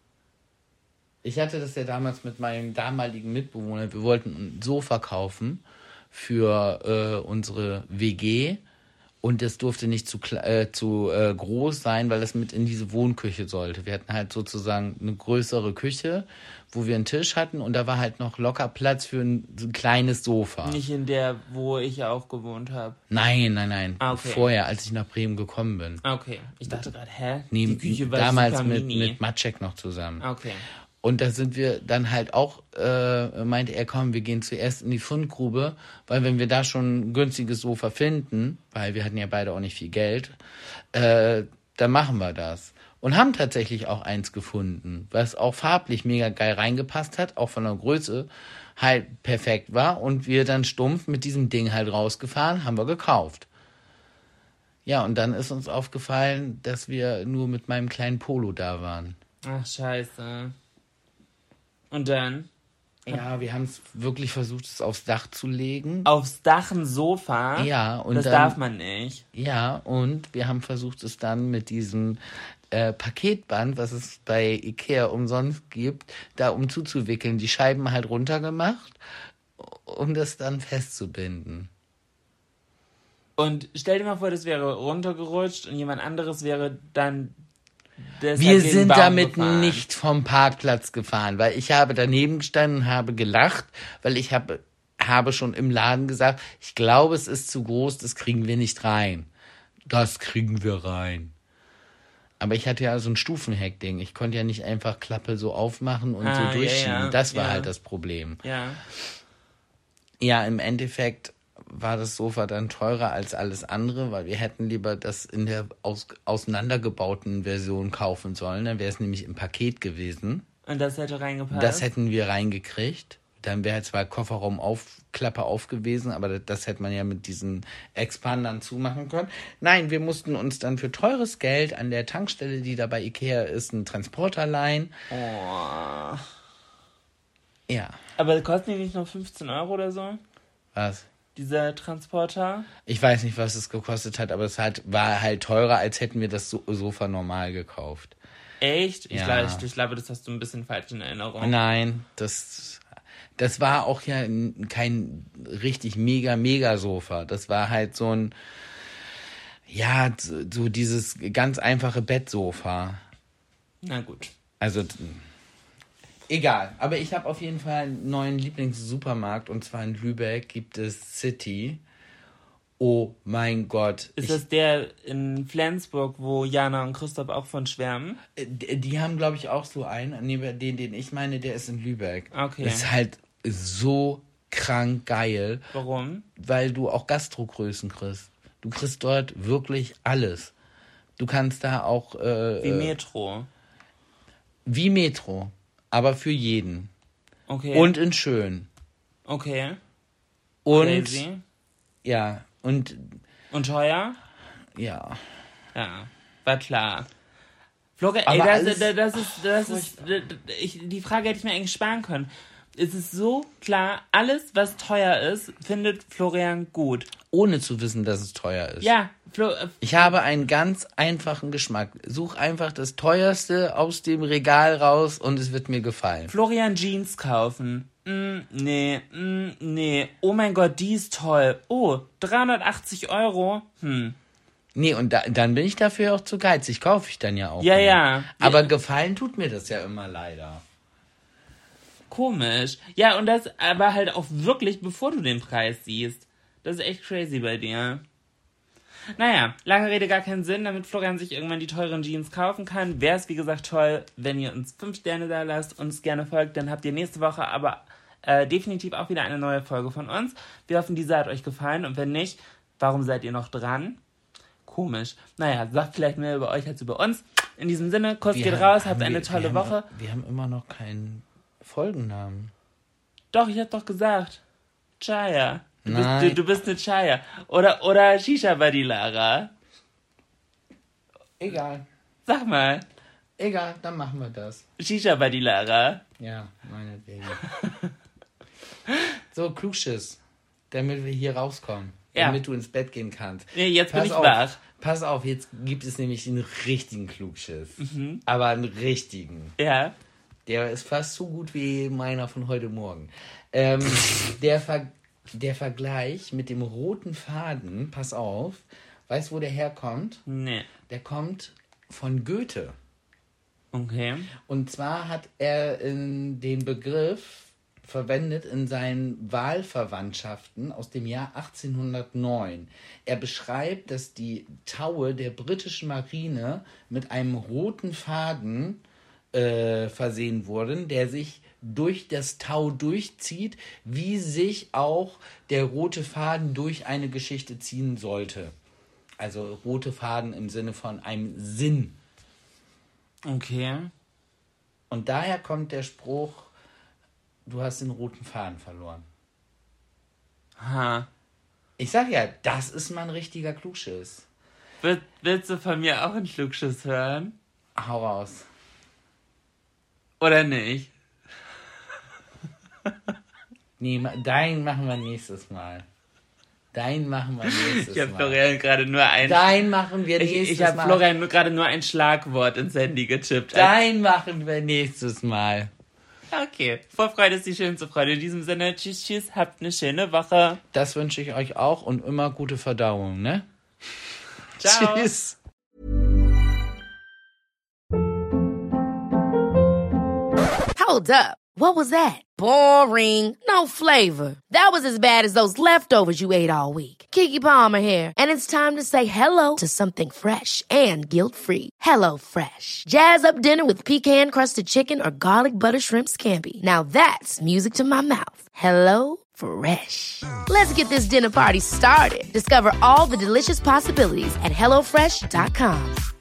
Ich hatte das ja damals mit meinem damaligen Mitbewohner. Wir wollten ein Sofa kaufen für äh, unsere W G und es durfte nicht zu, äh, zu äh, groß sein, weil es mit in diese Wohnküche sollte. Wir hatten halt sozusagen eine größere Küche, wo wir einen Tisch hatten und da war halt noch locker Platz für ein, so ein kleines Sofa. Nicht in der, wo ich auch gewohnt habe. Nein, nein, nein. Ah, okay. Vorher, als ich nach Bremen gekommen bin. Okay, ich dachte gerade, hä? Nee, Die Küche war damals super mit, mini. mit Maciek noch zusammen. Okay. Und da sind wir dann halt auch, äh, meinte er, komm, wir gehen zuerst in die Fundgrube, weil wenn wir da schon ein günstiges Sofa finden, weil wir hatten ja beide auch nicht viel Geld, äh, dann machen wir das. Und haben tatsächlich auch eins gefunden, was auch farblich mega geil reingepasst hat, auch von der Größe halt perfekt war. Und wir dann stumpf mit diesem Ding halt rausgefahren, haben wir gekauft. Ja, und dann ist uns aufgefallen, dass wir nur mit meinem kleinen Polo da waren. Ach, scheiße. Und dann? Ja, wir haben es wirklich versucht, es aufs Dach zu legen. Aufs Dach ein Sofa? Ja, und das dann, darf man nicht. Ja, und wir haben versucht, es dann mit diesem äh, Paketband, was es bei Ikea umsonst gibt, da um zuzuwickeln, die Scheiben halt runtergemacht, um das dann festzubinden. Und stell dir mal vor, das wäre runtergerutscht und jemand anderes wäre dann... Wir sind damit gefahren. Nicht vom Parkplatz gefahren, weil ich habe daneben gestanden und habe gelacht, weil ich habe, habe schon im Laden gesagt, ich glaube, es ist zu groß, das kriegen wir nicht rein. Das kriegen wir rein. Aber ich hatte ja so ein Stufenheck-Ding. Ich konnte ja nicht einfach Klappe so aufmachen und ah, so durchschieben. Ja, ja. Das war ja. halt das Problem. Ja. Ja, im Endeffekt war das Sofa dann teurer als alles andere, weil wir hätten lieber das in der aus, auseinandergebauten Version kaufen sollen. Dann wäre es nämlich im Paket gewesen. Und das hätte reingepasst? Das hätten wir reingekriegt. Dann wäre zwar Kofferraum auf, Klappe auf gewesen, aber das, das hätte man ja mit diesen Expandern zumachen können. Nein, wir mussten uns dann für teures Geld an der Tankstelle, die da bei Ikea ist, einen Transporter leihen. Oh. Ja. Aber kosten die nicht noch fünfzehn Euro oder so? Was? Dieser Transporter? Ich weiß nicht, was es gekostet hat, aber es hat, war halt teurer, als hätten wir das so- Sofa normal gekauft. Echt? Ich, Ja. glaube, ich, ich glaube, das hast du ein bisschen falsch in Erinnerung. Nein, das, das war auch ja kein richtig mega, mega Sofa. Das war halt so ein, ja, so dieses ganz einfache Bettsofa. Na gut. Also, egal. Aber ich habe auf jeden Fall einen neuen Lieblingssupermarkt und zwar in Lübeck gibt es City. Oh mein Gott. Ist ich, das der in Flensburg, wo Jana und Christoph auch von schwärmen? Die, die haben, glaube ich, auch so einen. Nee, den, den ich meine, der ist in Lübeck. Okay. Das ist halt so krank geil. Warum? Weil du auch Gastrogrößen kriegst. Du kriegst dort wirklich alles. Du kannst da auch... Äh, Wie Metro. Wie Metro. Aber für jeden. Okay. Und in schön. Okay. Und... Crazy. Ja, und... Und teuer? Ja. Ja, war klar. Florian, Aber ey, das, alles das, das ist, das ist, ich, die Frage hätte ich mir eigentlich sparen können. Es ist so klar, alles, was teuer ist, findet Florian gut. Ohne zu wissen, dass es teuer ist. Ja, Flo, äh, Ich habe einen ganz einfachen Geschmack. Such einfach das Teuerste aus dem Regal raus und es wird mir gefallen. Florian Jeans kaufen. Mm, nee, mm, nee. Oh mein Gott, die ist toll. Oh, dreihundertachtzig Euro. Hm. Nee, und da, dann bin ich dafür auch zu geizig. Kaufe ich dann ja auch. Ja, nicht. ja. Aber Ja. gefallen tut mir das ja immer leider. Komisch. Ja, und das aber halt auch wirklich, bevor du den Preis siehst. Das ist echt crazy bei dir. Naja, lange Rede, gar keinen Sinn, damit Florian sich irgendwann die teuren Jeans kaufen kann. Wäre es, wie gesagt, toll, wenn ihr uns fünf Sterne da lasst, uns gerne folgt, dann habt ihr nächste Woche aber äh, definitiv auch wieder eine neue Folge von uns. Wir hoffen, diese hat euch gefallen und wenn nicht, warum seid ihr noch dran? Komisch. Naja, sagt vielleicht mehr über euch als über uns. In diesem Sinne, Kuss Wir geht haben- raus, haben habt eine wir- tolle wir Woche. Haben, wir haben immer noch keinen Folgennamen. Doch, ich hab doch gesagt. Chaya. Du bist, Nein. du, du bist eine Chaya. Oder, oder Shisha Badilara. Egal. Sag mal. Egal, dann machen wir das. Shisha Badilara. Ja, meinetwegen. So, Klugschiss. Damit wir hier rauskommen. Ja. Damit du ins Bett gehen kannst. Nee, jetzt bin Pass ich auf, wach. Pass auf, jetzt gibt es nämlich einen richtigen Klugschiss. Mhm. Aber einen richtigen. Ja. Der ist fast so gut wie meiner von heute Morgen. Ähm, der, Ver der Vergleich mit dem roten Faden, pass auf, weißt du, wo der herkommt? Nee. Der kommt von Goethe. Okay. Und zwar hat er in den Begriff verwendet in seinen Wahlverwandtschaften aus dem Jahr achtzehnhundertneun. Er beschreibt, dass die Taue der britischen Marine mit einem roten Faden äh, versehen wurden, der sich durch das Tau durchzieht, wie sich auch der rote Faden durch eine Geschichte ziehen sollte. Also rote Faden im Sinne von einem Sinn. Okay. Und daher kommt der Spruch, du hast den roten Faden verloren. Ha. Ich sag ja, das ist mal ein richtiger Klugschiss. Will, willst du von mir auch einen Flugschiss hören? Hau raus. Oder nicht? Nee, ma- dein machen wir nächstes Mal. Dein machen wir nächstes Ich habe Mal. Florian gerade nur ein... Dein machen wir Ich, nächstes ich habe Mal. Florian nur, gerade nur ein Schlagwort ins Handy getippt. Dein machen wir nächstes Mal. Okay. Vorfreude ist die schönste Freude. In diesem Sinne, tschüss, tschüss. Habt eine schöne Woche. Das wünsche ich euch auch und immer gute Verdauung, ne? Ciao. Tschüss. Hold up. What was that? Boring. No flavor. That was as bad as those leftovers you ate all week. Keke Palmer here. And it's time to say hello to something fresh and guilt-free. Hello Fresh. Jazz up dinner with pecan-crusted chicken or garlic butter shrimp scampi. Now that's music to my mouth. Hello Fresh. Let's get this dinner party started. Discover all the delicious possibilities at hello fresh dot com.